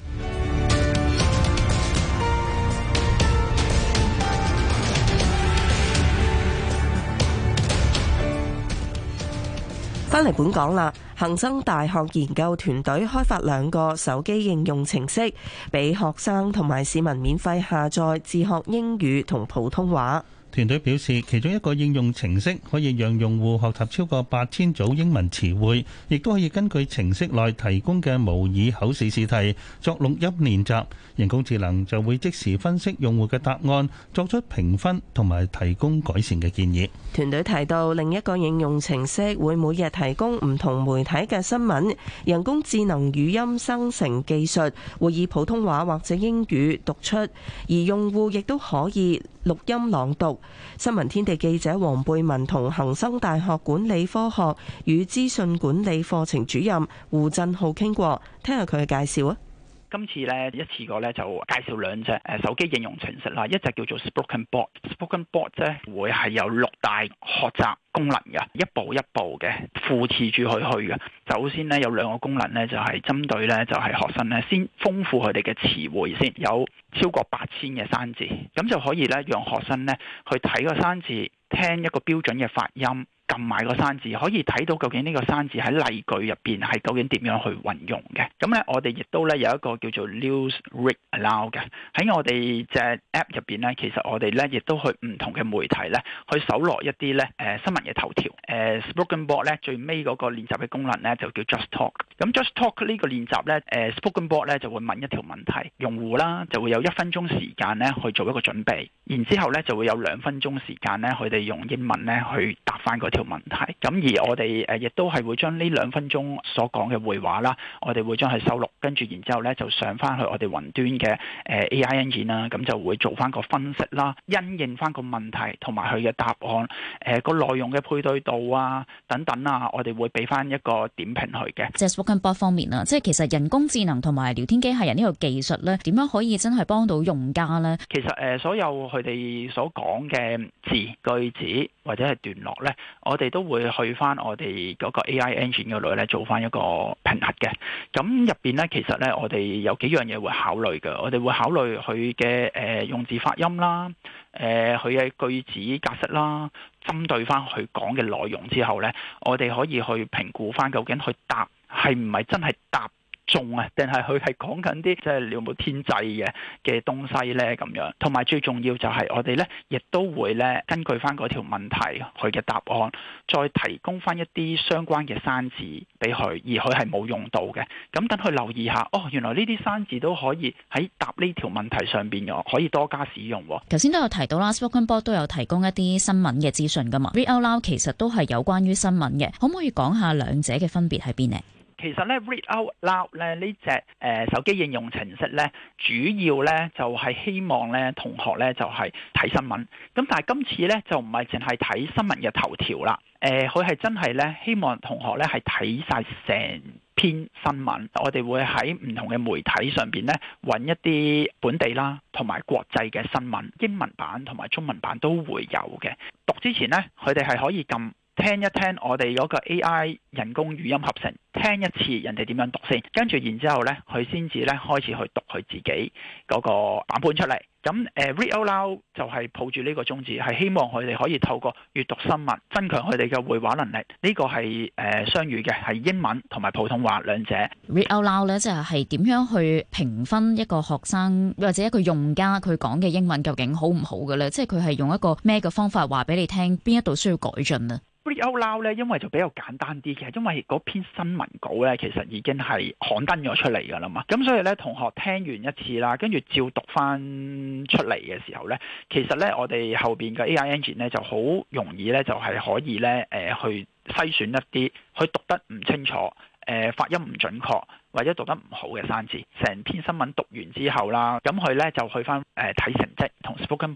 返嚟本港啦，恒生大學研究團隊開發兩個手機應用程式，俾學生同埋市民免費下載自學英語同普通話。 團隊表示，其中一個應用程式可以讓用戶學習超過八千組英文詞彙，亦都可以根據程式內提供嘅模擬口試試題作錄音練習。人工智能就會即時分析用戶嘅答案，作出評分同埋提供改善嘅建議。 團隊提到，另一個應用程式會每日提供唔同媒體嘅新聞，人工智能語音生成技術會以普通話或者英語讀出，而用戶亦都可以錄音朗讀。新聞天地記者黃貝文同恒生大學管理科學與資訊管理課程主任胡振浩傾過，聽下佢嘅介紹啊。 今次咧一次過咧就介紹兩隻誒手機應用程式啦，一隻叫做 Spoken Board。Spoken Board 咧會係有六大學習功能嘅，一步一步嘅扶持住佢去嘅。首先咧有兩個功能咧就係針對咧就係學生咧先豐富佢哋嘅詞彙先，有超過八千嘅生字，咁就可以咧讓學生咧去睇個生字，聽一個標準嘅發音。撳埋個生字，可以睇到究竟呢個生字喺例句入邊係究竟點樣去運用嘅。咁咧，我哋亦都咧有一個叫做 News Read Aloud 嘅，喺我哋隻 App 入邊咧，其實我哋咧亦都去唔同嘅媒體咧去搜羅一啲咧誒新聞嘅頭條。誒、呃、Spoken Board 咧最尾嗰個練習嘅功能咧就叫 Just Talk。咁 Just Talk 呢個練習咧，誒、呃、Spoken Board 咧就會問一條問題，用戶啦就會有一分鐘時間咧去做一個準備，然之後咧就會有兩分鐘時間咧佢哋用英文咧去答翻嗰條問題。咁而我哋誒亦都係會將呢兩分鐘所講嘅會話啦，我哋會將佢收錄，跟住然之後咧就上翻去我哋雲端嘅誒 A I engine 啦，咁就會做翻個分析啦，因應翻個問題同埋佢嘅答案，誒個內容嘅配對度啊等等啊，我哋會俾翻一個點評佢嘅。 即係 Spoken Board 方面啦，即係其實人工智能同埋聊天機械人呢個技術咧，點樣可以真係幫到用家咧？ 其實誒所有佢哋所講嘅字句子或者係段落咧，我哋都會去翻我哋嗰個 A I engine 嗰度咧做翻一個評核嘅。咁入邊咧，其實咧我哋有幾樣嘢會考慮嘅。我哋會考慮佢嘅誒用字發音啦，誒佢嘅句子格式啦，針對翻佢講嘅內容之後咧，我哋可以去評估翻究竟佢答係唔係真係答中啊，定係佢係講緊啲即係了無天際嘅嘅東西呢咁樣。同埋最重要就係我哋呢亦都會呢根據翻嗰條問題佢嘅答案，再提供翻一啲相關嘅生字俾佢，而佢係冇用到嘅。咁等佢留意下，哦，原來呢啲生字都可以喺答呢條問題上邊嘅，可以多加使用。 頭先都有提到啦 ，Spoken Board 都有提供一啲新聞嘅資訊噶嘛 ，Read Out Loud 其實都係有關於新聞嘅，可唔可以講下兩者嘅分別喺邊呢？ 其實咧 Read Out Loud 咧呢隻誒、呃、手機應用程式咧，主要咧就係、是、希望咧同學咧就係、是、睇新聞。咁但係今次咧就唔係淨係睇新聞嘅頭條啦。誒佢係真係咧希望同學咧係睇晒成篇新聞。我哋會喺唔同嘅媒體上邊咧揾一啲本地啦同埋國際嘅新聞，英文版同埋中文版都會有嘅。讀之前咧，佢哋係可以撳聽一聽我哋嗰個 A I 人工語音合成，聽一次人哋點樣讀先，跟住然之後呢，佢先至咧開始去讀佢自己嗰個版本出嚟。咁誒、呃、Read Out Loud 就係抱住呢個宗旨，係希望佢哋可以透過閱讀新聞，增強佢哋嘅會話能力。呢、這個係誒、呃、雙語嘅，係英文同埋普通話兩者。 Read Out Loud 咧，即係係點樣去評分一個學生或者一個用家佢講嘅英文究竟好唔好嘅咧？即係佢係用一個咩嘅方法話俾你聽，邊一度需要改進呢？ Read Out Loud 咧，因為就比較簡單啲嘅，因為嗰篇新聞稿咧，其實已經係刊登咗出嚟㗎啦嘛。咁所以咧，同學聽完一次啦，跟住照讀翻出嚟嘅時候咧，其實咧，我哋後邊嘅 A I engine 咧就好容易咧，就係可以咧，誒、呃、去篩選一啲佢讀得唔清楚、誒、呃、發音唔準確或者讀得唔好嘅生字。成篇新聞讀完之後啦，咁佢咧就去翻誒睇成績同 Spoken Board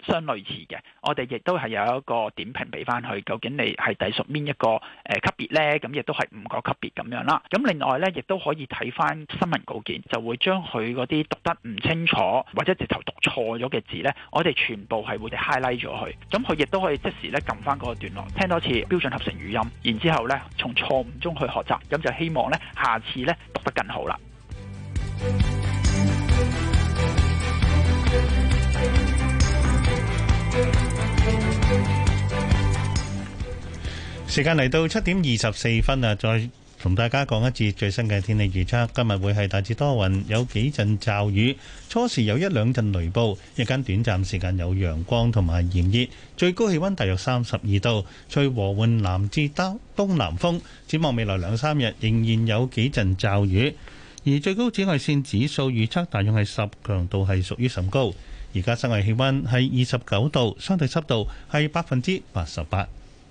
相類似嘅。我哋亦都係有一個點評俾翻佢，究竟你係隸屬邊一個誒級別咧？咁亦都係五個級別咁樣啦。咁另外咧，亦都可以睇翻新聞稿件，就會將佢嗰啲讀得唔清楚或者直頭讀錯咗嘅字咧，我哋全部係會 highlight 咗佢。咁佢亦都可以即時咧撳翻嗰個段落，聽多次標準合成語音，然之後咧從錯誤中去學習，咁就希望咧下次咧讀得更好啦。 時間嚟到七點二十四分啊，再同大家講一次最新嘅天氣預測。今日會係大致多雲，有幾陣驟雨，初時有一兩陣雷暴，日間短暫時間有陽光同埋炎熱，最高氣溫大約三十二度，吹和緩南至東東南風。展望未來兩三日仍然有幾陣驟雨，而最高紫外線指數預測大約係十，強度係屬於甚高。而家室外氣溫係二十九度，相對濕度係百分之八十八。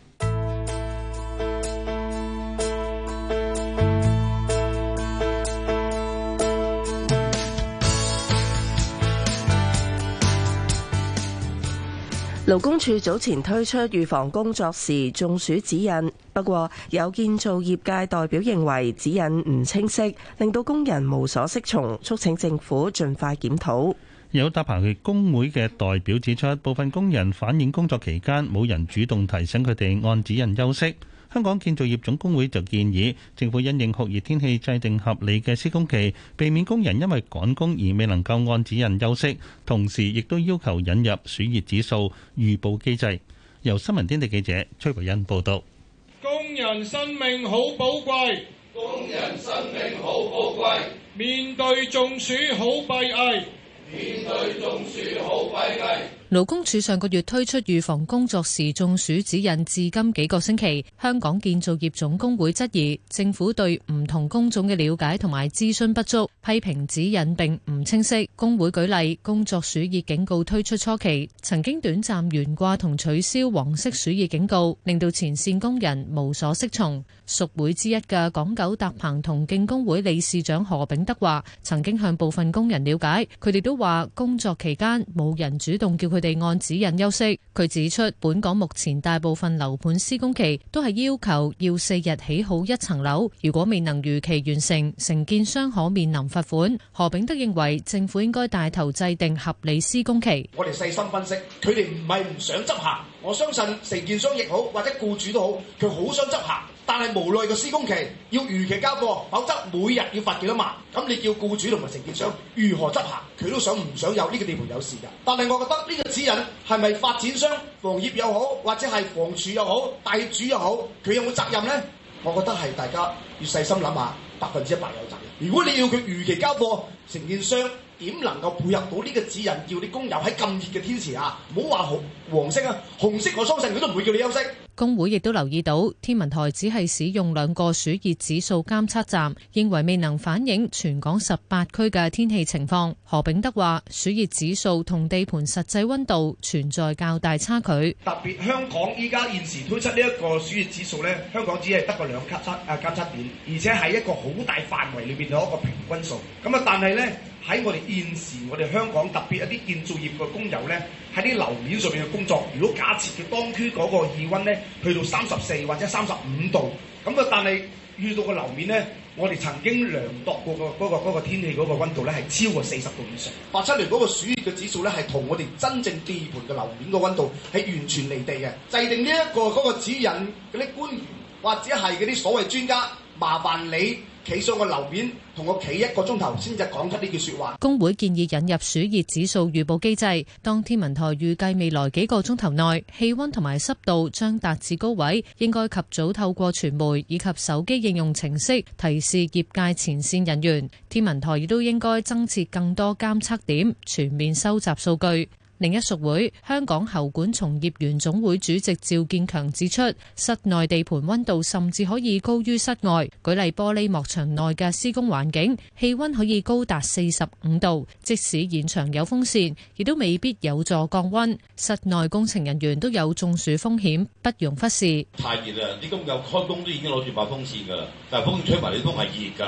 勞工處早前推出預防工作時中暑指引，不過有建造業界代表認為指引唔清晰，令到工人無所適從，促請政府盡快檢討。 有搭棚業工會嘅代表指出，部分工人反映工作期間冇人主動提醒佢哋按指引休息。香港建造業總工會就建議政府因應酷熱天氣制定合理嘅施工期，避免工人因為趕工而未能夠按指引休息，同時亦都要求引入暑熱指數預報機制。由新聞天地記者崔維恩報道。 工人生命好寶貴，工人生命好寶貴，面對中暑好閉翳，面對中暑好閉翳。 勞工處上個月推出預防工作時中暑指引，至今幾個星期。香港建造業總工會質疑政府對唔同工種嘅了解同埋諮詢不足，批評指引並唔清晰。工會舉例，工作暑熱警告推出初期，曾經短暫懸掛同取消黃色暑熱警告，令到前線工人無所適從。屬會之一嘅港九搭棚同敬工會理事長何炳德話，曾經向部分工人了解，佢哋都話工作期間冇人主動叫佢哋按指引休息。佢指出，本港目前大部分樓盤施工期都係要求要四日起好一層樓，如果未能如期完成，承建商可面臨罰款。何炳德認為政府應該帶頭制定合理施工期。 我哋細心分析，佢哋唔係唔想執行，我相信承建商亦好或者僱主都好，佢好想執行，但係無奈個施工期要如期交貨，否則每日要罰幾多萬。咁你叫僱主同埋承建商如何執行？佢都想唔想有呢個地盤有事㗎？但係我覺得呢個指引係咪發展商、房協又好，或者係房署又好、大業主又好，佢有冇責任呢？我覺得係大家要細心諗下，百分之一百有責任。如果你要佢如期交貨，承建商點能夠配合到呢個指引，叫啲工友喺咁熱嘅天時啊，唔好話紅黃色啊，紅色我相信佢都唔會叫你休息。 工會亦都留意到，天文台只係使用兩個暑熱指數監測站，認為未能反映全港十八區嘅天氣情況。何炳德話，暑熱指數同地盤實際溫度存在較大差距。 特別香港依家現時推出呢一個暑熱指數咧，香港只係得個兩監測啊監測點，而且係一個好大範圍裏邊有一個平均數。咁啊，但係咧喺我哋現時我哋香港特別一啲建造業嘅工友咧，喺啲樓面上面嘅工作，如果假設佢當區嗰個氣溫咧去到三十四或者三十五度，咁啊，但係遇到個樓面咧，我哋曾經量度過個嗰個嗰個天氣嗰個溫度咧係超過四十度以上，發出嚟嗰個暑熱嘅指數咧係同我哋真正地盤嘅樓面個溫度係完全離地嘅。制定呢一個嗰個指引嗰啲官員或者係嗰啲所謂專家，麻煩你企上個樓面同我企一個鐘頭先至講出呢句説話。 工會建議引入暑熱指數預報機制，當天文台預計未來幾個鐘頭內氣温同埋濕度將達至高位，應該及早透過傳媒以及手機應用程式提示業界前線人員。天文台亦都應該增設更多監測點，全面收集數據。另一屬會香港喉管從業員總會主席趙建強指出，室內地盤溫度甚至可以高於室外。舉例，玻璃幕牆內嘅施工環境氣溫可以高達四十五度，即使現場有風扇，亦都未必有助降溫。室內工程人員都有中暑風險，不容忽視。 太熱啦！啲工友開工都已經攞住把風扇㗎啦，但係風扇吹埋你都係熱㗎。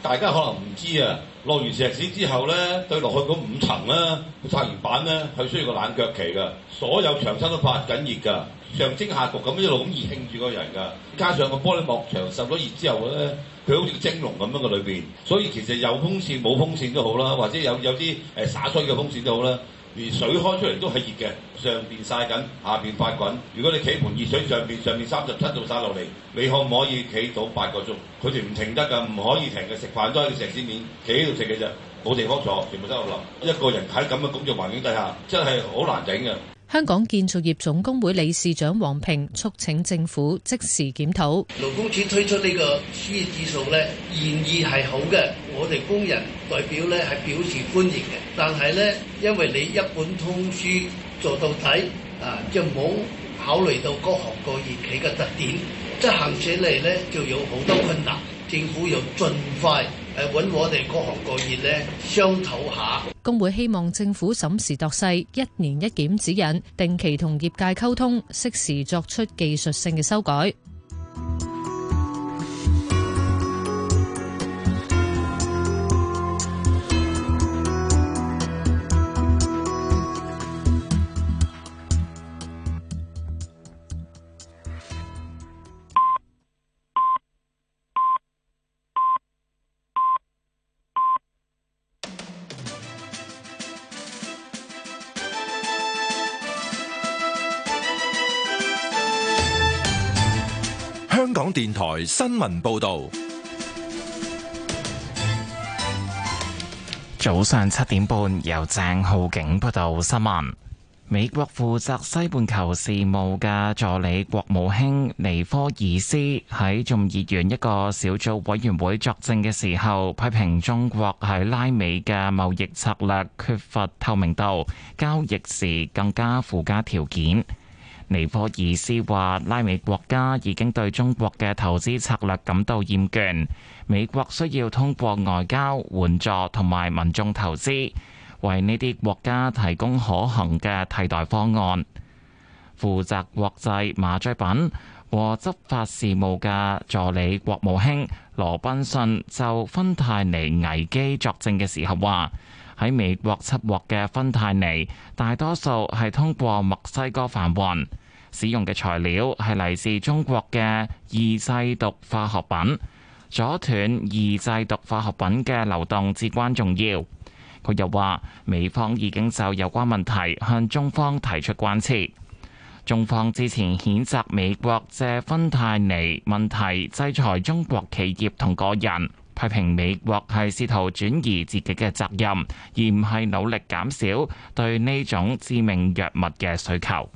大家可能唔知啊，落完石屎之後咧，對落去嗰五層咧，拆完板咧係需要個冷卻期㗎，所有牆身都發緊熱㗎，上蒸下焗咁一路咁熱興住個人㗎，加上個玻璃幕牆受咗熱之後咧，佢好似蒸籠咁樣嘅裏邊，所以其實有風扇冇風扇都好啦，或者有有啲誒灑水嘅風扇都好啦。連水開出嚟都係熱嘅，上邊曬緊，下邊發滾。如果你企盆熱水上邊，上邊三十七度曬落嚟，你可唔可以企到八個鐘？佢哋唔停得㗎，唔可以停嘅。食飯都喺個石屎面，企喺度食嘅啫，冇地方坐，全部都喺度淋。一個人喺咁嘅工作環境底下，真係好難頂嘅。 香港建造業總工會理事長黃平促請政府即時檢討。 勞工處推出呢個暑熱指數咧，現意係好嘅，我哋工人代表咧係表示歡迎嘅。但係咧，因為你一本通書做到底啊，就冇考慮到各行各業企嘅特點，執行起嚟咧就有好多困難。政府要盡快誒揾我哋各行各業咧商討下。 工會希望政府審時度勢，一年一檢指引，定期同業界溝通，適時作出技術性嘅修改。 香港電台新聞報道， 早上七點半由鄭浩景報道新聞。美國負責西半球事務嘅助理國務卿尼科爾斯喺眾議院一個小組委員會作證嘅時候，批評中國喺拉美嘅貿易策略缺乏透明度，交易時更加附加條件。尼科爾斯話：拉美國家已經對中國嘅投資策略感到厭倦，美國需要通過外交援助同埋民眾投資，為呢啲國家提供可行嘅替代方案。負責國際麻醉品和執法事務嘅助理國務卿羅賓遜就芬太尼危機作證嘅時候話：喺美國緝獲嘅芬太尼，大多數係通過墨西哥販運，使用嘅材料係嚟自中國嘅二製毒化學品，阻斷二製毒化學品嘅流動至關重要。佢又話，美方已經就有關問題向中方提出關切。中方之前譴責美國借芬太尼問題制裁中國企業同個人，批評美國係試圖轉移自己嘅責任，而唔係努力減少對呢種致命藥物嘅需求。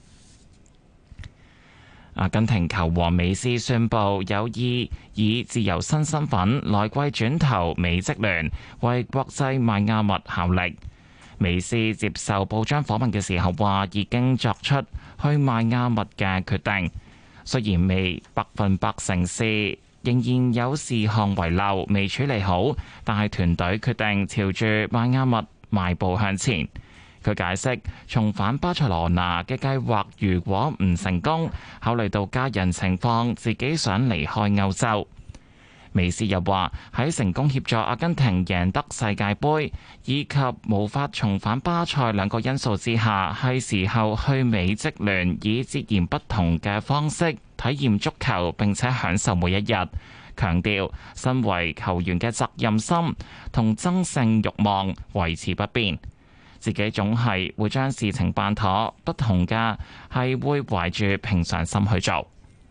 阿根廷球王美斯宣布有意以自由身身份來季轉投美職聯，為國際邁阿密效力。美斯接受報章訪問嘅時候話，已經作出去邁阿密嘅決定，雖然未百分百成事，仍然有事項遺漏未處理好，但係團隊決定朝住邁阿密邁步向前。佢解釋，重返巴塞羅那嘅計劃如果唔成功，考慮到家人情況，自己想離開歐洲。美斯又話，喺成功協助阿根廷贏得世界盃，以及無法重返巴塞兩個因素之下，係時候去美職聯以截然不同嘅方式體驗足球，並且享受每一日。強調身為球員嘅責任心同爭勝慾望維持不變。自己總係會將事情辦妥，不同嘅係會懷住平常心去做。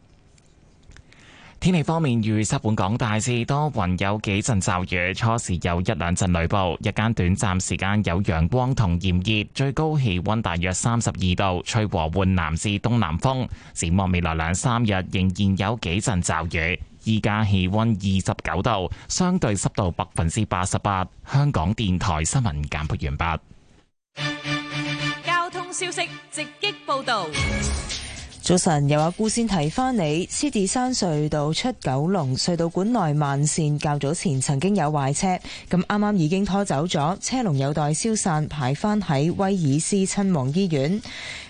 天氣方面，預測本港大致多雲，有幾陣驟雨，初時有一兩陣雷暴，日間短暫時間有陽光同炎熱，最高氣溫大約三十二度，吹和緩南至東南風。展望未來兩三日仍然有幾陣驟雨。依家氣溫二十九度，相對濕度百分之八十八。香港電台新聞簡報完畢。 交通消息直擊報道。 早晨，有阿姑先提翻你，獅子山隧道出九龍隧道管內慢線較早前曾經有壞車，咁啱啱已經拖走咗，車龍有待消散，排返喺威爾斯親王醫院。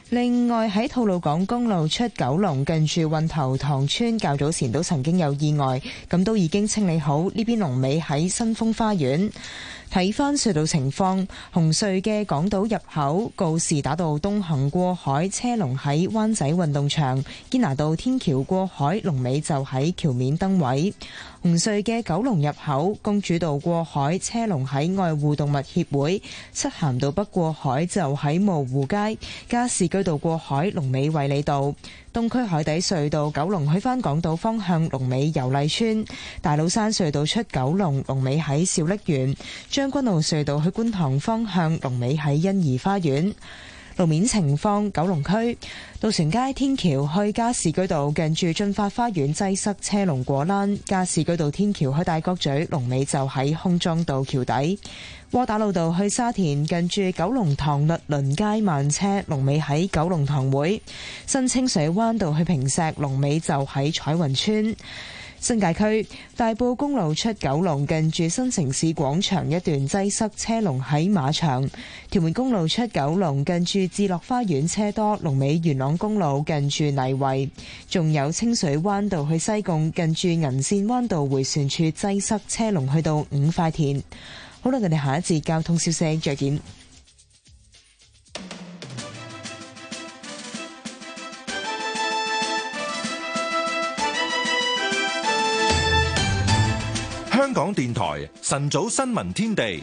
另外喺吐露港公路出九龍近住運頭塘村，較早前都曾經有意外，咁都已經清理好。呢邊龍尾喺新豐花園。睇返隧道情況，紅隧嘅港島入口告士打道東行過海車龍喺灣仔運動場，堅拿道天橋過海龍尾就喺橋面燈位。紅隧嘅九龍入口公主道過海車龍喺愛護動物協會，漆咸道北過海就喺蕪湖街，加士居道過海龍尾衛理道。東區海底隧道九龍去返港島方向龍尾油麗邨，大老山隧道出九龍龍尾喺兆瀝園，將軍澳隧道去觀塘方向龍尾喺欣怡花園。路面情況，九龍區渡船街天橋去加士居道近住進發花園擠塞車龍果欄，加士居道天橋去大角咀龍尾就喺空莊道橋底。窩打老道去沙田近住九龍塘律倫街慢車龍尾喺九龍塘會，新清水灣道去坪石龍尾就喺彩雲村。新界區大埔公路出九龍近住新城市廣場一段擠塞車龍喺馬場，屯門公路出九龍近住置樂花園車多龍尾元朗公路近住泥圍，仲有清水灣道去西貢近住銀線灣道迴旋處擠塞車龍去到五塊田。好啦，我哋下一節交通消息再見。 香港電台晨早新聞天地，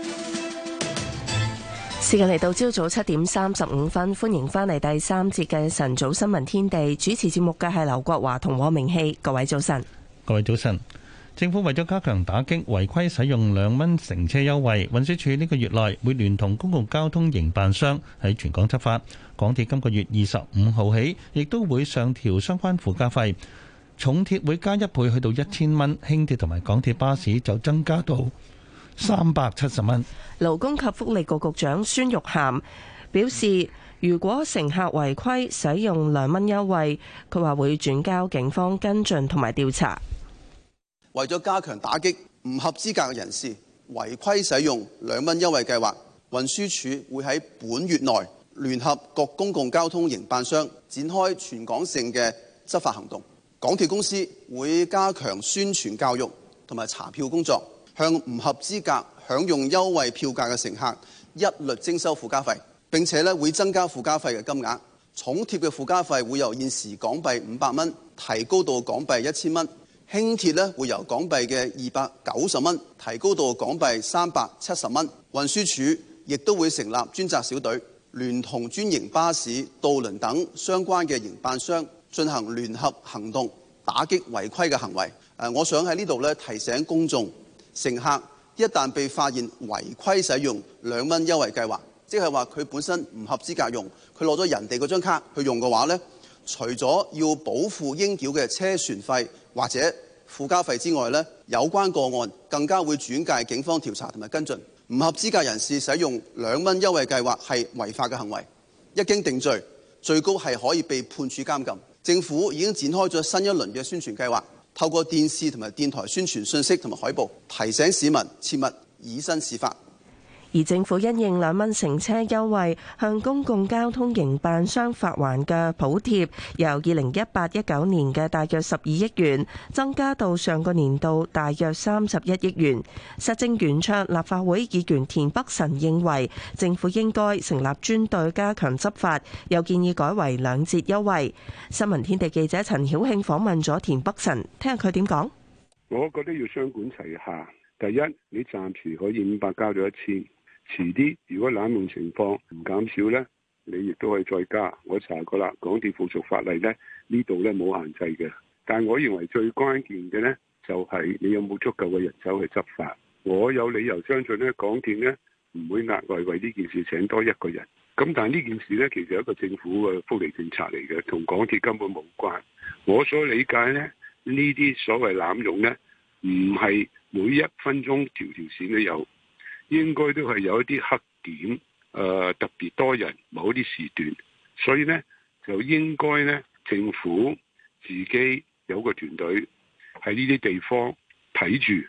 時間嚟到朝早七點三十五分，歡迎翻嚟第三節嘅晨早新聞天地。主持節目嘅係劉國華同黃明熙。各位早晨， 各位早晨。政府為咗加強打擊違規使用兩蚊乘車優惠，運輸署呢個月內會聯同公共交通營辦商喺全港執法。港鐵今個月二十五號起，亦都會上調相關附加費。重鐵會加一倍去到一千蚊，輕鐵同埋港鐵巴士就增加到三百七十蚊。 勞工及福利局局長孫玉菡表示，如果乘客違規使用兩蚊優惠，佢話會轉交警方跟進同埋調查。 為咗加強打擊唔合資格嘅人士違規使用兩蚊優惠計劃，運輸署會喺本月內聯合各公共交通營辦商展開全港性嘅執法行動。港鐵公司會加強宣傳教育同埋查票工作，向唔合資格享用優惠票價嘅乘客一律徵收附加費，並且咧會增加附加費嘅金額。重鐵嘅附加費會由現時港幣五百蚊提高到港幣一千蚊。輕鐵咧會由港幣嘅二百九十蚊提高到港幣三百七十蚊。運輸署亦都會成立專責小隊，聯同專營巴士、渡輪等相關嘅營辦商進行聯合行動，打擊違規嘅行為。誒，我想喺呢度咧提醒公眾，乘客一旦被發現違規使用兩蚊優惠計劃，即係話佢本身唔合資格用，佢攞咗人哋嗰張卡去用嘅話咧，除咗要補付應繳嘅車船費或者附加費之外咧，有關個案更加會轉介警方調查同埋跟進。唔合資格人士使用兩蚊優惠計劃係違法嘅行為，一經定罪，最高係可以被判處監禁。政府已經展開咗新一輪嘅宣傳計劃，透過電視同埋電台宣傳信息同埋海報，提醒市民切勿以身試法。 而政府因應兩蚊乘車優惠，向公共交通營辦商發還嘅補貼，由二零一八一九年嘅大約十二億元，增加到上個年度大約三十一億元。實政圓桌立法會議員田北辰認為，政府應該成立專隊加強執法，又建議改為兩折優惠。新聞天地記者陳曉慶訪問咗田北辰，聽下佢點講。 我覺得要雙管齊下。第一，你暫時可以五百加咗一千。遲啲，如果濫用情況唔減少呢，你亦都可以再加。我查過啦，港鐵附屬法例呢，呢度呢冇限制嘅。但我認為最關鍵嘅呢，就係你有冇足夠嘅人手去執法。我有理由相信呢，港鐵呢唔會額外為呢件事請多一個人。咁但係呢件事呢，其實係一個政府嘅福利政策嚟嘅，同港鐵根本無關。我所理解呢，呢啲所謂濫用呢，唔係每一分鐘條條線都有。應該都係有一啲黑點，誒、呃、特別多人某啲時段，所以呢，就應該呢政府自己有個團隊喺呢啲地方睇住，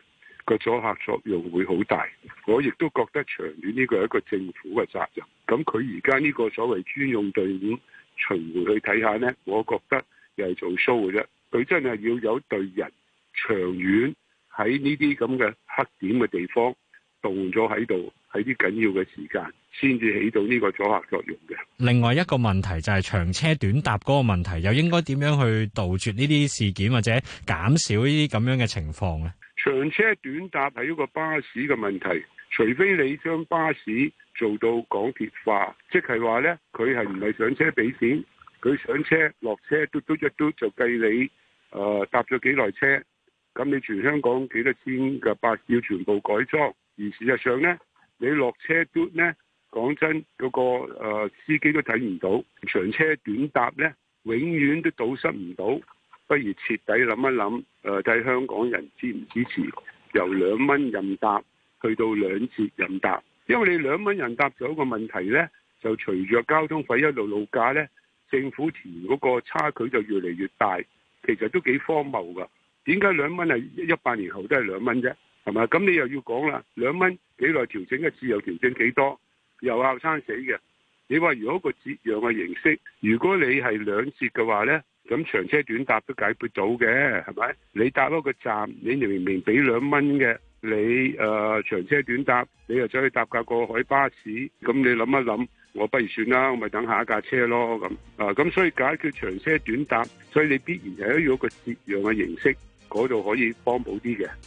個阻嚇作用會好大。我亦都覺得長遠呢個係一個政府嘅責任。咁佢而家呢個所謂專用隊伍巡迴去睇下呢，我覺得又係做 show 嘅啫。佢真係要有隊人長遠喺呢啲咁嘅黑點嘅地方動咗喺度，喺啲緊要嘅時間先至起到呢個阻嚇作用嘅。 另外一個問題就係長車短搭嗰個問題，又應該點樣去杜絕呢啲事件或者減少呢啲咁樣嘅情況呢？ 長車短搭係一個巴士嘅問題，除非你將巴士做到港鐵化，即係話呢，佢係唔係上車俾錢，佢上車落車嘟嘟一嘟就計你誒、呃、搭咗幾耐車，咁你全香港幾多千嘅巴士要全部改裝，而事實上呢，你落車嘟呢，講真嗰、那個、呃、司機都睇唔到，長車短搭呢，永遠都堵塞唔到。不如徹底諗一諗，誒、呃、睇香港人支唔支持由兩蚊任搭去到兩折任搭，因為你兩蚊任搭就有一個問題呢，就隨住交通費一路路價呢，政府填嗰個差距就越嚟越大，其實都幾荒謬㗎。點解兩蚊係一百年後都係兩蚊啫？係咪？咁你又要講啦，兩蚊幾耐調整一次，又調整幾多，又拗生死嘅。你話如果個折讓嘅形式，如果你係兩折嘅話呢，咁長車短搭都解決到嘅，係咪？你搭嗰個站，你明明俾兩蚊嘅，你誒、呃、長車短搭，你又走去搭架過海巴士，咁你諗一諗，我不如算啦，我咪等下一架車咯咁啊。咁所以解決長車短搭，所以你必然係要一個折讓嘅形式，嗰度可以幫補啲嘅。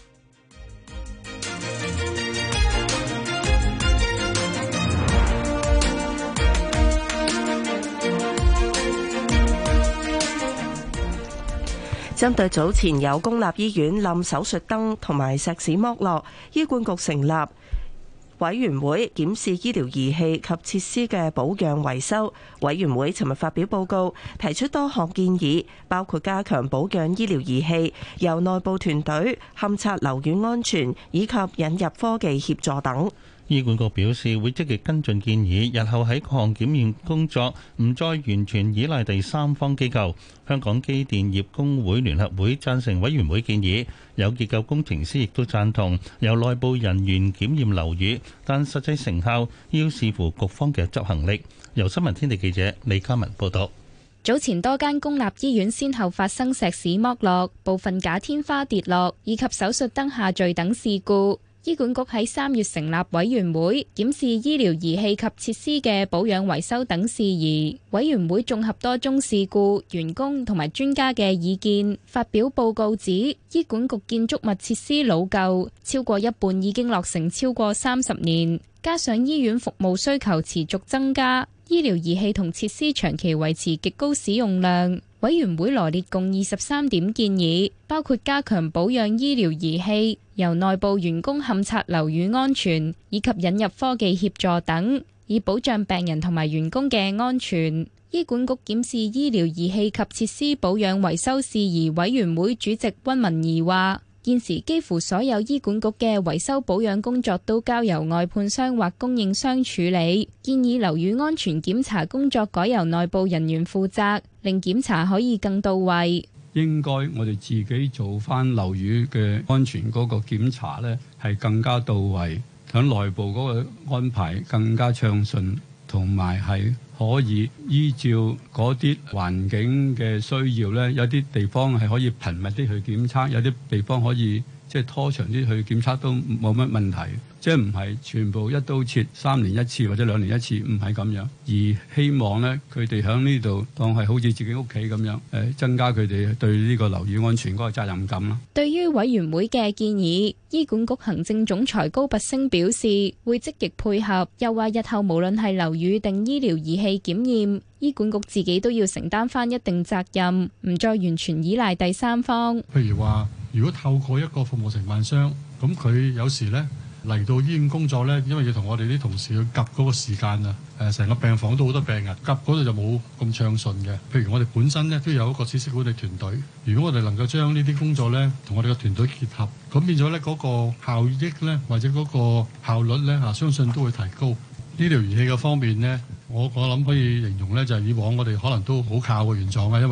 針對早前有公立醫院冧手術燈同埋石屎剝落，醫管局成立委員會檢視醫療儀器及設施嘅保養維修。委員會尋日發表報告，提出多項建議，包括加強保養醫療儀器，由內部團隊勘察樓宇安全，以及引入科技協助等。 醫管局表示會積極跟進建議，日後喺各項檢驗工作唔再完全依賴第三方機構。香港機電業工會聯合會贊成委員會建議，有結構工程師亦都贊同由內部人員檢驗樓宇，但實際成效要視乎局方嘅執行力。由新聞天地記者李嘉文報道。 早前多間公立醫院先後發生石屎剝落、部分假天花跌落以及手術燈下墜等事故。醫管局喺三月成立委員會，檢視醫療儀器及設施嘅保養維修等事宜。委員會綜合多宗事故、員工同埋專家嘅意見，發表報告指，醫管局建築物設施老舊，超過一半已經落成超過三十年，加上醫院服務需求持續增加，醫療儀器同設施長期維持極高使用量。委員會羅列共二十三點建議，包括加強保養醫療儀器，由內部員工勘察樓宇安全，以及引入科技協助等，以保障病人同埋員工嘅安全。醫管局檢視醫療儀器及設施保養維修事宜委員會主席溫文儀話，現時幾乎所有醫管局嘅維修保養工作都交由外判商或供應商處理，建議樓宇安全檢查工作改由內部人員負責，令檢查可以更到位。 應該我哋自己做翻樓宇嘅安全嗰個檢查呢，係更加到位，響內部嗰個安排更加暢順，同埋係可以依照嗰啲環境嘅需要呢，有啲地方係可以頻密啲去檢測，有啲地方可以即係拖長啲去檢測都冇乜問題。即係唔係全部一刀切三年一次或者兩年一次，唔係咁樣，而希望呢，佢哋喺呢度當係好似自己屋企咁樣，誒增加佢哋對呢個樓宇安全嗰個責任感啦。 對於委員會嘅建議，醫管局行政總裁高拔陞表示會積極配合，又話日後無論係樓宇定醫療儀器檢驗，醫管局自己都要承擔翻一定責任，唔再完全依賴第三方。 譬如話，如果透過一個服務承辦商，咁佢有時呢，嚟到醫院工作呢，因為要同我哋啲同事去夾嗰個時間啊，誒成個病房都好多病人，夾嗰度就冇咁暢順嘅。譬如我哋本身呢，都有一個知識管理團隊，如果我哋能夠將呢啲工作呢同我哋嘅團隊結合，咁變咗呢嗰個效益呢，或者嗰個效率呢，嚇，相信都會提高。醫療儀器嘅方面呢，我我諗可以形容呢，就係以往我哋可能都好靠個原狀啊，因為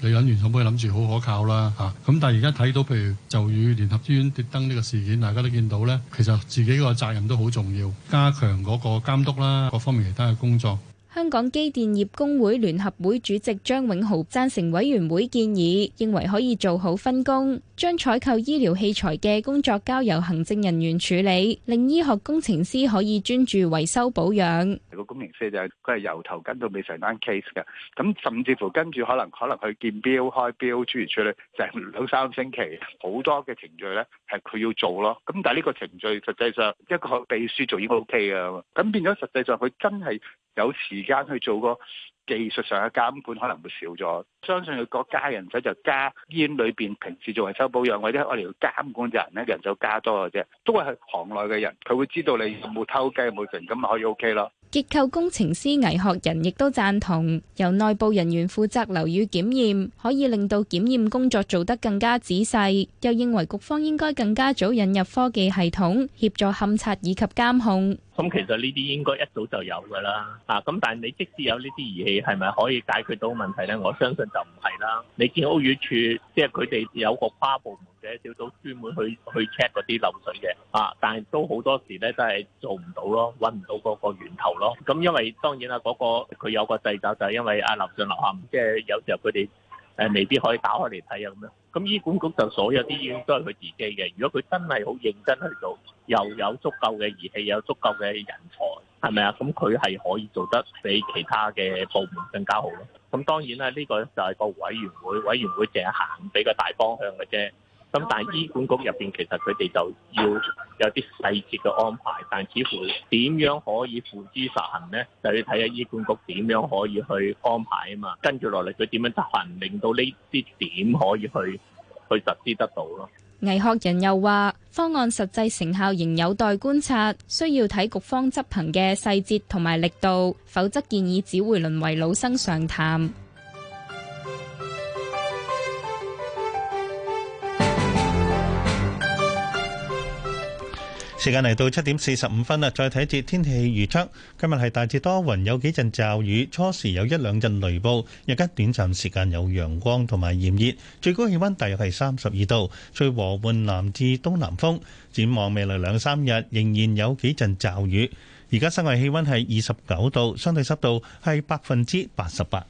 你諗完可唔可以諗住好可靠啦嚇。咁但係而家睇到譬如就與聯合醫院跌燈呢個事件，大家都見到咧，其實自己個責任都好重要，加強嗰個監督啦，各方面其他嘅工作。 香港機電業工會聯合會主席張永豪贊成委員會建議，認為可以做好分工，將採購醫療器材嘅工作交由行政人員處理，令醫學工程師可以專注維修保養。 個工程師就係佢係由頭跟到尾成單 case 嘅，咁甚至乎跟住可能可能去見標、開標、諸如此類，成兩三星期，好多嘅程序咧係佢要做咯。咁但係呢個程序實際上一個秘書做已經 OK 嘅，咁變咗實際上佢真係有時間去做個技術上嘅監管可能會少咗。相信佢個加人手就加醫院裏邊平時做維修保養或者我哋要監管嘅人咧，人手加多嘅啫，都係行內嘅人，佢會知道你有冇偷雞有冇成，咁咪可以 OK 咯。 結構工程師倪學仁亦都贊同，由內部人員負責樓宇檢驗，可以令到檢驗工作做得更加仔細。又認為局方應該更加早引入科技系統，協助勘察以及監控。 咁其實呢啲應該一早就有㗎啦，啊咁但係你即使有呢啲儀器，係咪可以解決到問題呢？我相信就唔係啦。你見屋宇署即係佢哋有個跨部門嘅小組專門去去 check 嗰啲漏水嘅，啊但係都好多時咧都係做唔到咯，揾唔到嗰個源頭咯。咁因為當然啦，嗰、嗰個佢有個掣肘，就係因為啊樓上樓下，即係有時候佢哋誒未必可以打開嚟睇啊咁樣。咁醫管局就所有啲醫院都係佢自己嘅。如果佢真係好認真去做，又有足夠嘅儀器，有足夠嘅人才，係咪啊？咁佢係可以做得比其他嘅部門更加好咯。咁當然啦，呢、呢個就係個委員會，委員會淨係行俾個大方向嘅啫。咁但係醫管局入邊其實佢哋就要有啲細節嘅安排，但似乎點樣可以付諸實行呢？就要睇下醫管局點樣可以去安排啊嘛。跟住落嚟佢點樣執行，令到呢啲點可以去去實施得到咯。 倪學仁又話：方案實際成效仍有待觀察，需要睇局方執行嘅細節同埋力度，否則建議只會淪為老生常談。 時間嚟到七點四十五分啦，再睇一節天氣預測。今日係大致多雲，有幾陣驟雨，初時有一兩陣雷暴，日間短暫時間有陽光同埋炎熱，最高氣溫大約係三十二度，吹和緩南至東南風。展望未來兩三日仍然有幾陣驟雨。而家室外氣溫係二十九度，相對濕度係百分之八十八。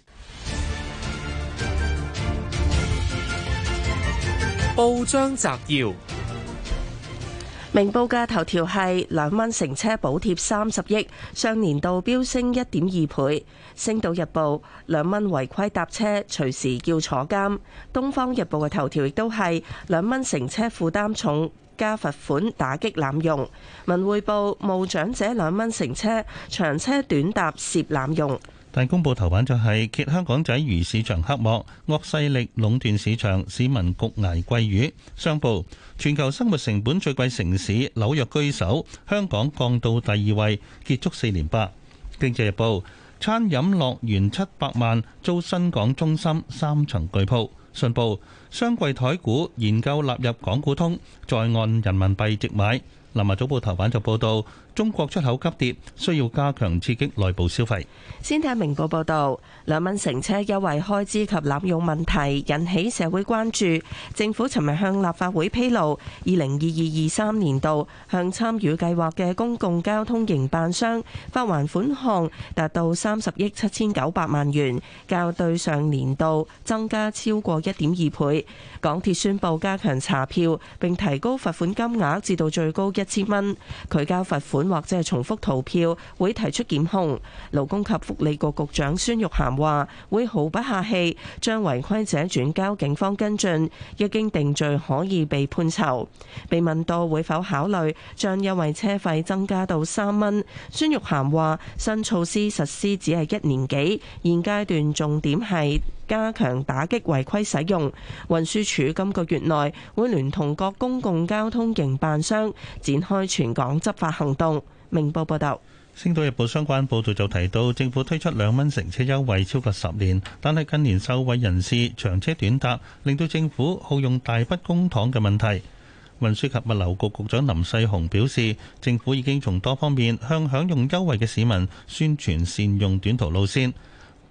報章摘要。 明報嘅頭條係兩蚊乘車補貼三十億，上年度飆升一點二倍。星島日報兩蚊違規搭車，隨時要坐監。東方日報嘅頭條亦都係兩蚊乘車負擔重，加罰款打擊濫用。文匯報冒長者兩蚊乘車，長車短搭涉濫用。 大公報頭版就係揭香港仔魚市場黑幕，惡勢力壟斷市場，市民焗捱貴魚。商報全球生活成本最貴城市紐約居首，香港降到第二位，結束四連霸。經濟日報餐飲樂園七百萬租新港中心三層巨鋪。信報雙櫃台股研究納入港股通，再按人民幣直買。南華早報頭版就報道，中國出口急跌，需要加強刺激內部消費。 先睇明報報道，兩蚊乘車優惠開支及濫用問題引起社會關注。政府尋日向立法會披露，二零二二二三年度向參與計劃嘅公共交通營辦商發還款項達到三十億七千九百萬元，較對上年度增加超過一點二倍。港鐵宣布加強查票，並提高罰款金額至到最高一千蚊。拒交罰款或者係重複逃票，會提出檢控。勞工及福利局局長孫玉菡話，會毫不客氣將違規者轉交警方跟進，一經定罪可以被判囚。被問到會否考慮將優惠車費增加到三蚊，孫玉菡話，新措施實施只係一年幾，現階段重點係加強打擊違規使用。運輸署今個月內會聯同各公共交通營辦商展開全港執法行動。明報報道。 星島日報相關報導就提到，政府推出兩蚊乘車優惠超過十年，但係近年受惠人士長車短搭，令到政府耗用大筆公帑嘅問題。運輸及物流局局長林世雄表示，政府已經從多方面向享用優惠嘅市民宣傳善用短途路線。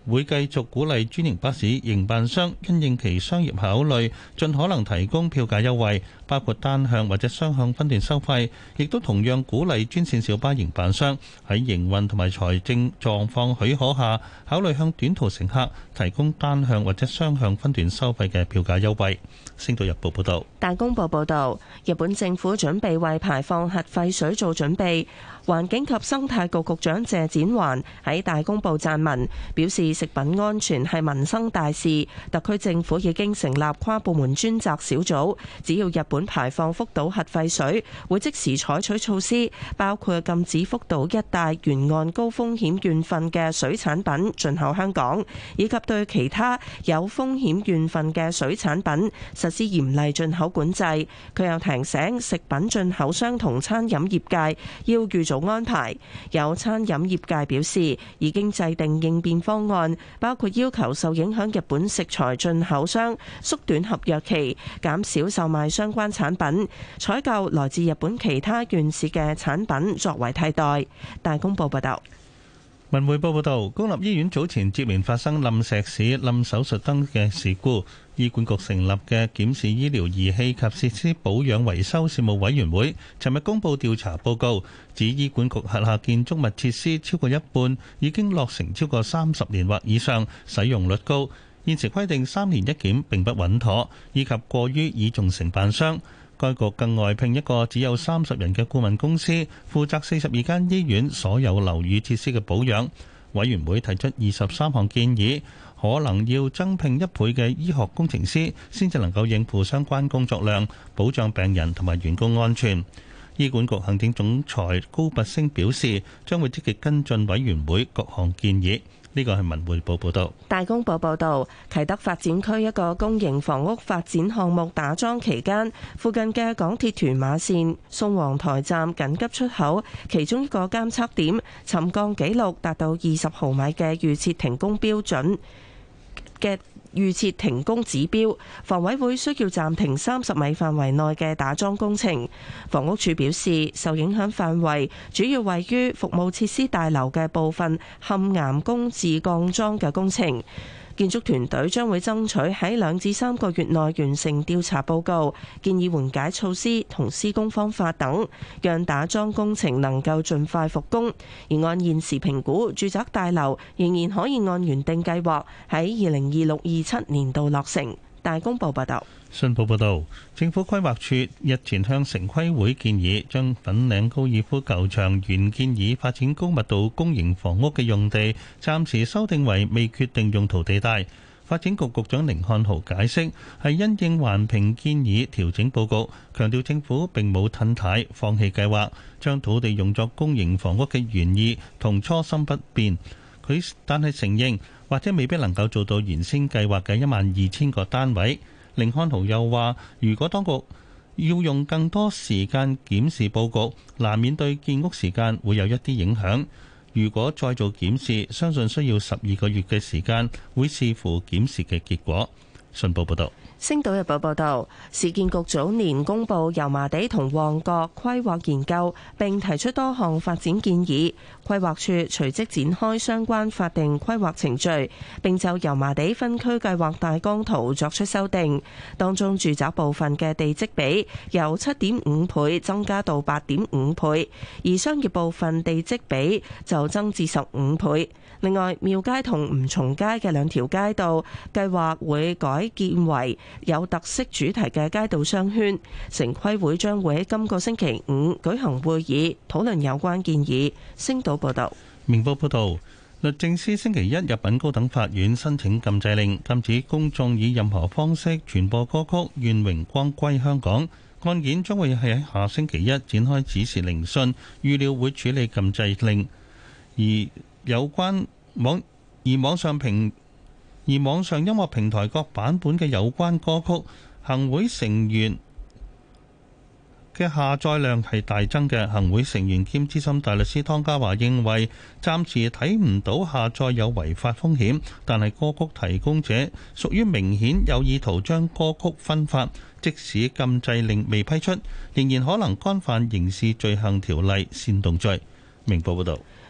會繼續鼓勵專營巴士營辦商因應其商業考慮，盡可能提供票價優惠，包括單向或者雙向分段收費，亦都同樣鼓勵專線小巴營辦商喺營運同埋財政狀況許可下，考慮向短途乘客提供單向或者雙向分段收費嘅票價優惠。星島日報報道。 大公報報道，日本政府準備為排放核廢水做準備。環境及生態局局長謝展寰喺大公報撰文，表示食品安全係民生大事，特區政府已經成立跨部門專責小組，只要日本排放福島核廢水，會即時採取措施，包括禁止福島一帶沿岸高風險縣份嘅水產品進口香港，以及對其他有風險縣份嘅水產品實施嚴厲進口管制。佢又提醒食品進口商同餐飲業界要預早安排。有餐飲業界表示，已經制定應變方案，包括要求受影響日本食材進口商縮短合約期，減少售賣相關產品，採購來自日本其他縣市嘅產品作為替代。大公報報道。 文匯報報道，公立醫院早前接連發生冧石屎、冧手術燈嘅事故，醫管局成立嘅檢視醫療儀器及設施保養維修事務委員會尋日公布調查報告，指醫管局轄下建築物設施超過一半已經落成超過三十年或以上，使用率高。現時規定三年一檢並不穩妥，以及過於倚重承辦商。該局更外聘一個只有三十人嘅顧問公司，負責四十二間醫院所有樓宇設施嘅保養。委員會提出二十三項建議，可能要增聘一倍嘅醫學工程師，先至能夠應付相關工作量，保障病人同埋員工安全。醫管局行政總裁高拔陞表示，將會積極跟進委員會各項建議。呢個係文匯報報導。 大公報報導，啟德發展區一個公營房屋發展項目打樁期間，附近嘅港鐵屯馬線宋皇臺站緊急出口其中一個監測點沉降紀錄達到二十毫米嘅預設停工標準嘅預設停工指標，房委會需要暫停三十米範圍內嘅打樁工程。房屋署表示，受影響範圍主要位於服務設施大樓嘅部分嵌岩工字鋼樁嘅工程。建築團隊將會爭取喺兩至三個月內完成調查報告，建議緩解措施同施工方法等，讓打樁工程能夠盡快復工。而按現時評估，住宅大樓仍然可以按原定計劃喺二零二六二七年度落成。大公報報道。 信報報導，政府規劃處日前向城規會建議，將粉嶺高爾夫球場原建議發展高密度公營房屋嘅用地，暫時修訂為未決定用途地帶。發展局局長甯漢豪解釋，係因應環評建議調整佈局，強調政府並冇褪軚放棄計劃，將土地用作公營房屋嘅原意同初心不變。佢但係承認，或者未必能夠做到原先計劃嘅一萬二千個單位。甯漢豪又話，如果當局要用更多時間檢視佈局，難免對建屋時間會有一啲影響。如果再做檢視，相信需要十二個月嘅時間，會視乎檢視嘅結果。信報報道。 星島日報報導，市建局早年公布油麻地同旺角規劃研究，並提出多項發展建議。規劃處隨即展開相關法定規劃程序，並就油麻地分區計劃大綱圖作出修訂。當中住宅部分嘅地積比由七點五倍增加到八點五倍，而商業部分地積比就增至十五倍。另外，廟街同吳松街嘅兩條街道計劃會改建為有特色主題嘅街道商圈。城規會將會喺今個星期五舉行會議，討論有關建議。星島報道。 明報報道，律政司星期一入禀高等法院申請禁制令，禁止公眾以任何方式傳播歌曲《願榮光歸香港》。案件將會係喺下星期一展開指示聆訊，預料會處理禁制令。而有關網而網上平而網上音樂平台各版本嘅有關歌曲，行會成員嘅下載量係大增嘅。行會成員兼資深大律師湯家驊認為，暫時睇唔到下載有違法風險，但係歌曲提供者屬於明顯有意圖將歌曲分發，即使禁制令未批出，仍然可能干犯刑事罪行條例煽動罪。明報報道。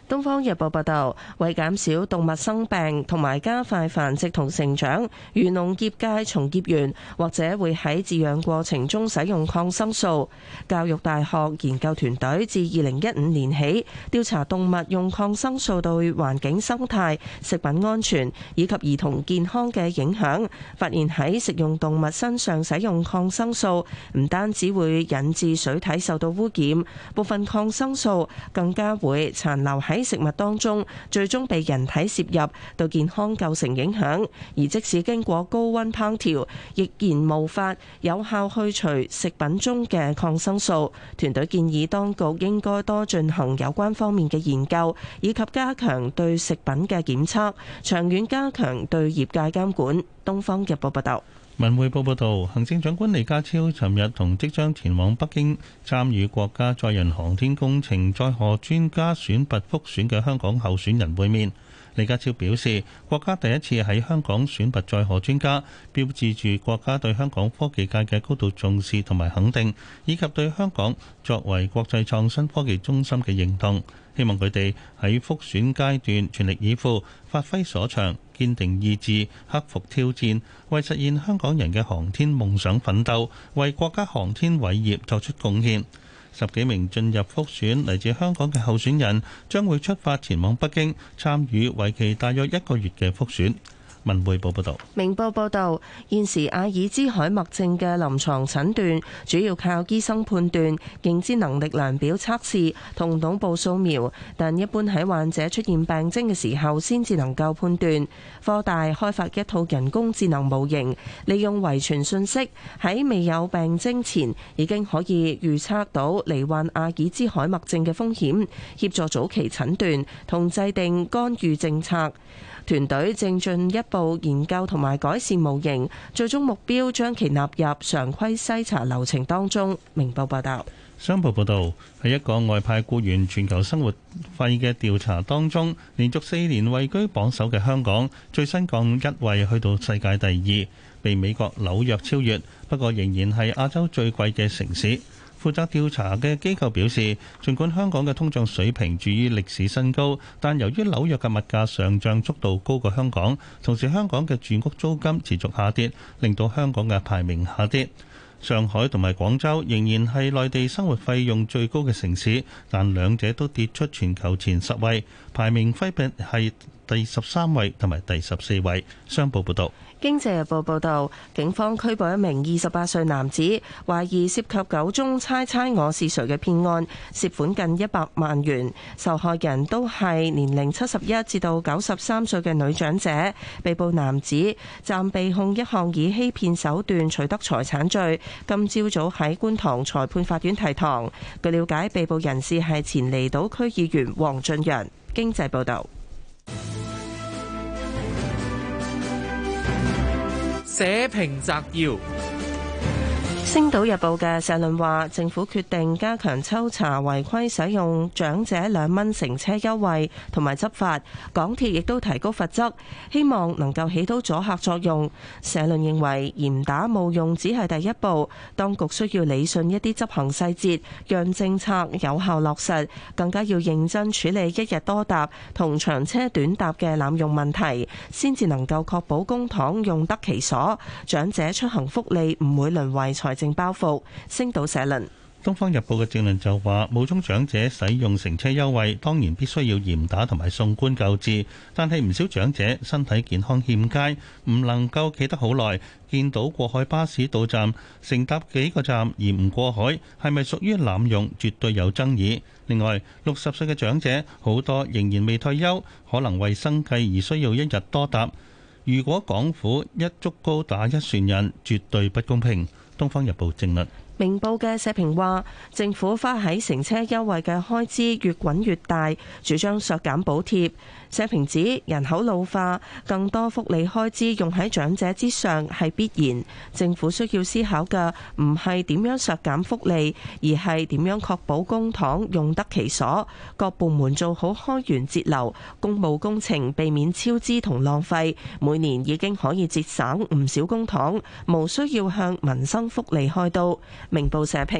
《東方日報》報道，為減少動物生病同埋加快繁殖同成長，漁農業界從業員或者會喺飼養過程中使用抗生素。教育大學研究團隊自二零一五年起調查動物用抗生素對環境生態、食品安全以及兒童健康嘅影響，發現喺食用動物身上使用抗生素唔單止會引致水體受到污染，部分抗生素更加會殘留喺喺食物當中，最終被人體攝入，對健康構成影響。而即使經過高溫烹調，亦然無法有效去除食品中嘅抗生素。團隊建議當局應該多進行有關方面嘅研究，以及加強對食品嘅檢測，長遠加強對業界監管。《東方日報》報道。 文匯報報道，行政長官李家超尋日同即將前往北京參與國家載人航天工程載荷專家選拔複選嘅香港候選人會面。李家超表示，國家第一次喺香港選拔載荷專家，標誌住國家對香港科技界嘅高度重視同埋肯定，以及對香港作為國際創新科技中心嘅認同。希望佢哋喺複選階段全力以赴，發揮所長，堅定意志，克服挑戰，為實現香港人嘅航天夢想奮鬥，為國家航天偉業作出貢獻。十幾名進入複選嚟自香港嘅候選人將會出發前往北京，參與為期大約一個月嘅複選。文匯報報道。 明報報道，現時阿爾茲海默症嘅臨床診斷主要靠醫生判斷、認知能力量表測試同腦部掃描，但一般喺患者出現病徵嘅時候先至能夠判斷。科大開發一套人工智能模型，利用遺傳信息喺未有病徵前已經可以預測到罹患阿爾茲海默症嘅風險，協助早期診斷同制定干預政策。團隊正進一步研究同埋改善模型，最終目標將其納入常規篩查流程當中。明報報道。 商報報導，喺一個外派僱員全球生活費嘅調查當中，連續四年位居榜首嘅香港，最新降一位去到世界第二，被美國紐約超越，不過仍然係亞洲最貴嘅城市。負責調查嘅機構表示，儘管香港嘅通脹水平處於歷史新高，但由於紐約嘅物價上漲速度高過香港，同時香港嘅住屋租金持續下跌，令到香港嘅排名下跌。上海同埋廣州仍然係內地生活費用最高嘅城市，但兩者都跌出全球前十位，排名分別係第十三位同埋第十四位。商報報導。 經濟日報報導，警方拘捕一名二十八歲男子，懷疑涉及九宗猜猜我是誰嘅騙案，涉款近一百萬元。受害人都係年齡七十一至到九十三歲嘅女長者。被捕男子暫被控一項以欺騙手段取得財產罪，今朝早喺觀塘裁判法院提堂。據了解，被捕人士係前離島區議員黃俊陽。經濟報導。 社評摘要。 《星島日報》嘅社論話，政府決定加強抽查違規使用長者兩蚊乘車優惠同埋執法，港鐵亦都提高罰則，希望能夠起到阻嚇作用。社論認為嚴打冇用只係第一步，當局需要理順一啲執行細節，讓政策有效落實，更加要認真處理一日多搭同長車短搭嘅濫用問題，先至能夠確保公帑用得其所，長者出行福利唔會淪為財政包袱。星島社論。 《東方日報》嘅正論就話，冒充長者使用乘車優惠，當然必須要嚴打同埋送官究治，但係唔少長者身體健康欠佳，唔能夠企得好耐，見到過海巴士到站，乘搭幾個站而唔過海，係咪屬於濫用，絕對有爭議。另外，六十歲嘅長者好多仍然未退休，可能為生計而需要一日多搭。如果港府一竹篙打一船人，絕對不公平。《東方日報》正論。 明報嘅社評話，政府花喺乘車優惠嘅開支越滾越大，主張削減補貼。社評指人口老化，更多福利開支用喺長者之上係必然。政府需要思考嘅唔係點樣削減福利，而係點樣確保公帑用得其所。各部門做好開源節流，公務工程避免超支同浪費，每年已經可以節省唔少公帑，無需要向民生福利開刀。明報社評。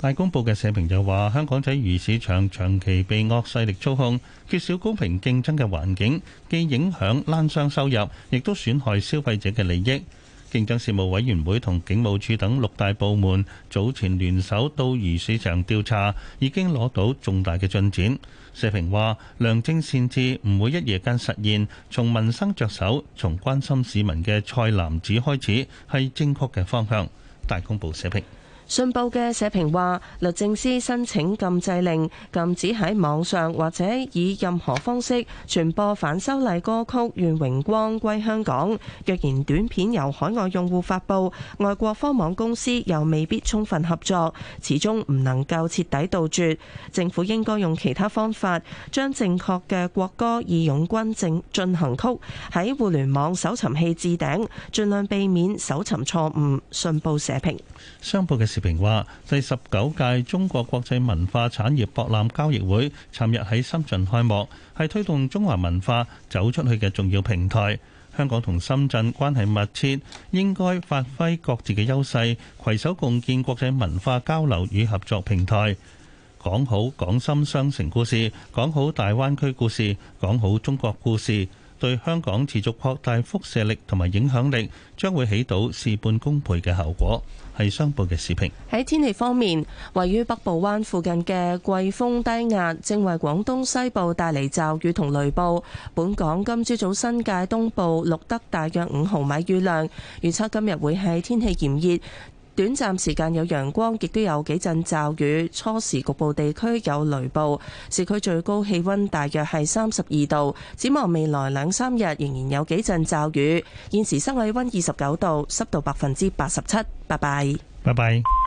大公報嘅社評就話：香港仔魚市場長期被惡勢力操控，缺少公平競爭嘅環境，既影響欄商收入，亦都損害消費者嘅利益。競爭事務委員會同警務處等六大部門早前聯手到魚市場調查，已經攞到重大嘅進展。社評話：良政善治唔會一夜間實現，從民生着手，從關心市民嘅菜籃子開始，係正確嘅方向。大公報社評。 信報嘅社評話，律政司申請禁制令，禁止喺網上或者以任何方式傳播反修例歌曲《願榮光歸香港》。若然短片由海外用戶發布，外國科網公司又未必充分合作，始終唔能夠徹底杜絕。政府應該用其他方法，將正確嘅國歌《義勇軍進行曲》喺互聯網搜尋器置頂，盡量避免搜尋錯誤。信報社評。 商報嘅時評話，第十九屆中國國際文化產業博覽交易會尋日喺深圳開幕，係推動中華文化走出去嘅重要平台。香港同深圳關係密切，應該發揮各自嘅優勢，攜手共建國際文化交流與合作平台，講好港深雙城故事，講好大灣區故事，講好中國故事，對香港持續擴大輻射力同埋影響力，將會起到事半功倍嘅效果。係商報嘅時評。 喺天氣方面，位於北部灣附近嘅季風低壓正為廣東西部帶嚟驟雨同雷暴。本港今朝早新界東部錄得大約五毫米雨量，預測今日會係天氣炎熱，短暫時間有陽光，亦都有幾陣驟雨，初時局部地區有雷暴。市區最高氣溫大約係三十二度。展望未來兩三日仍然有幾陣驟雨。現時室內溫二十九度，濕度百分之八十七。拜拜。 拜拜。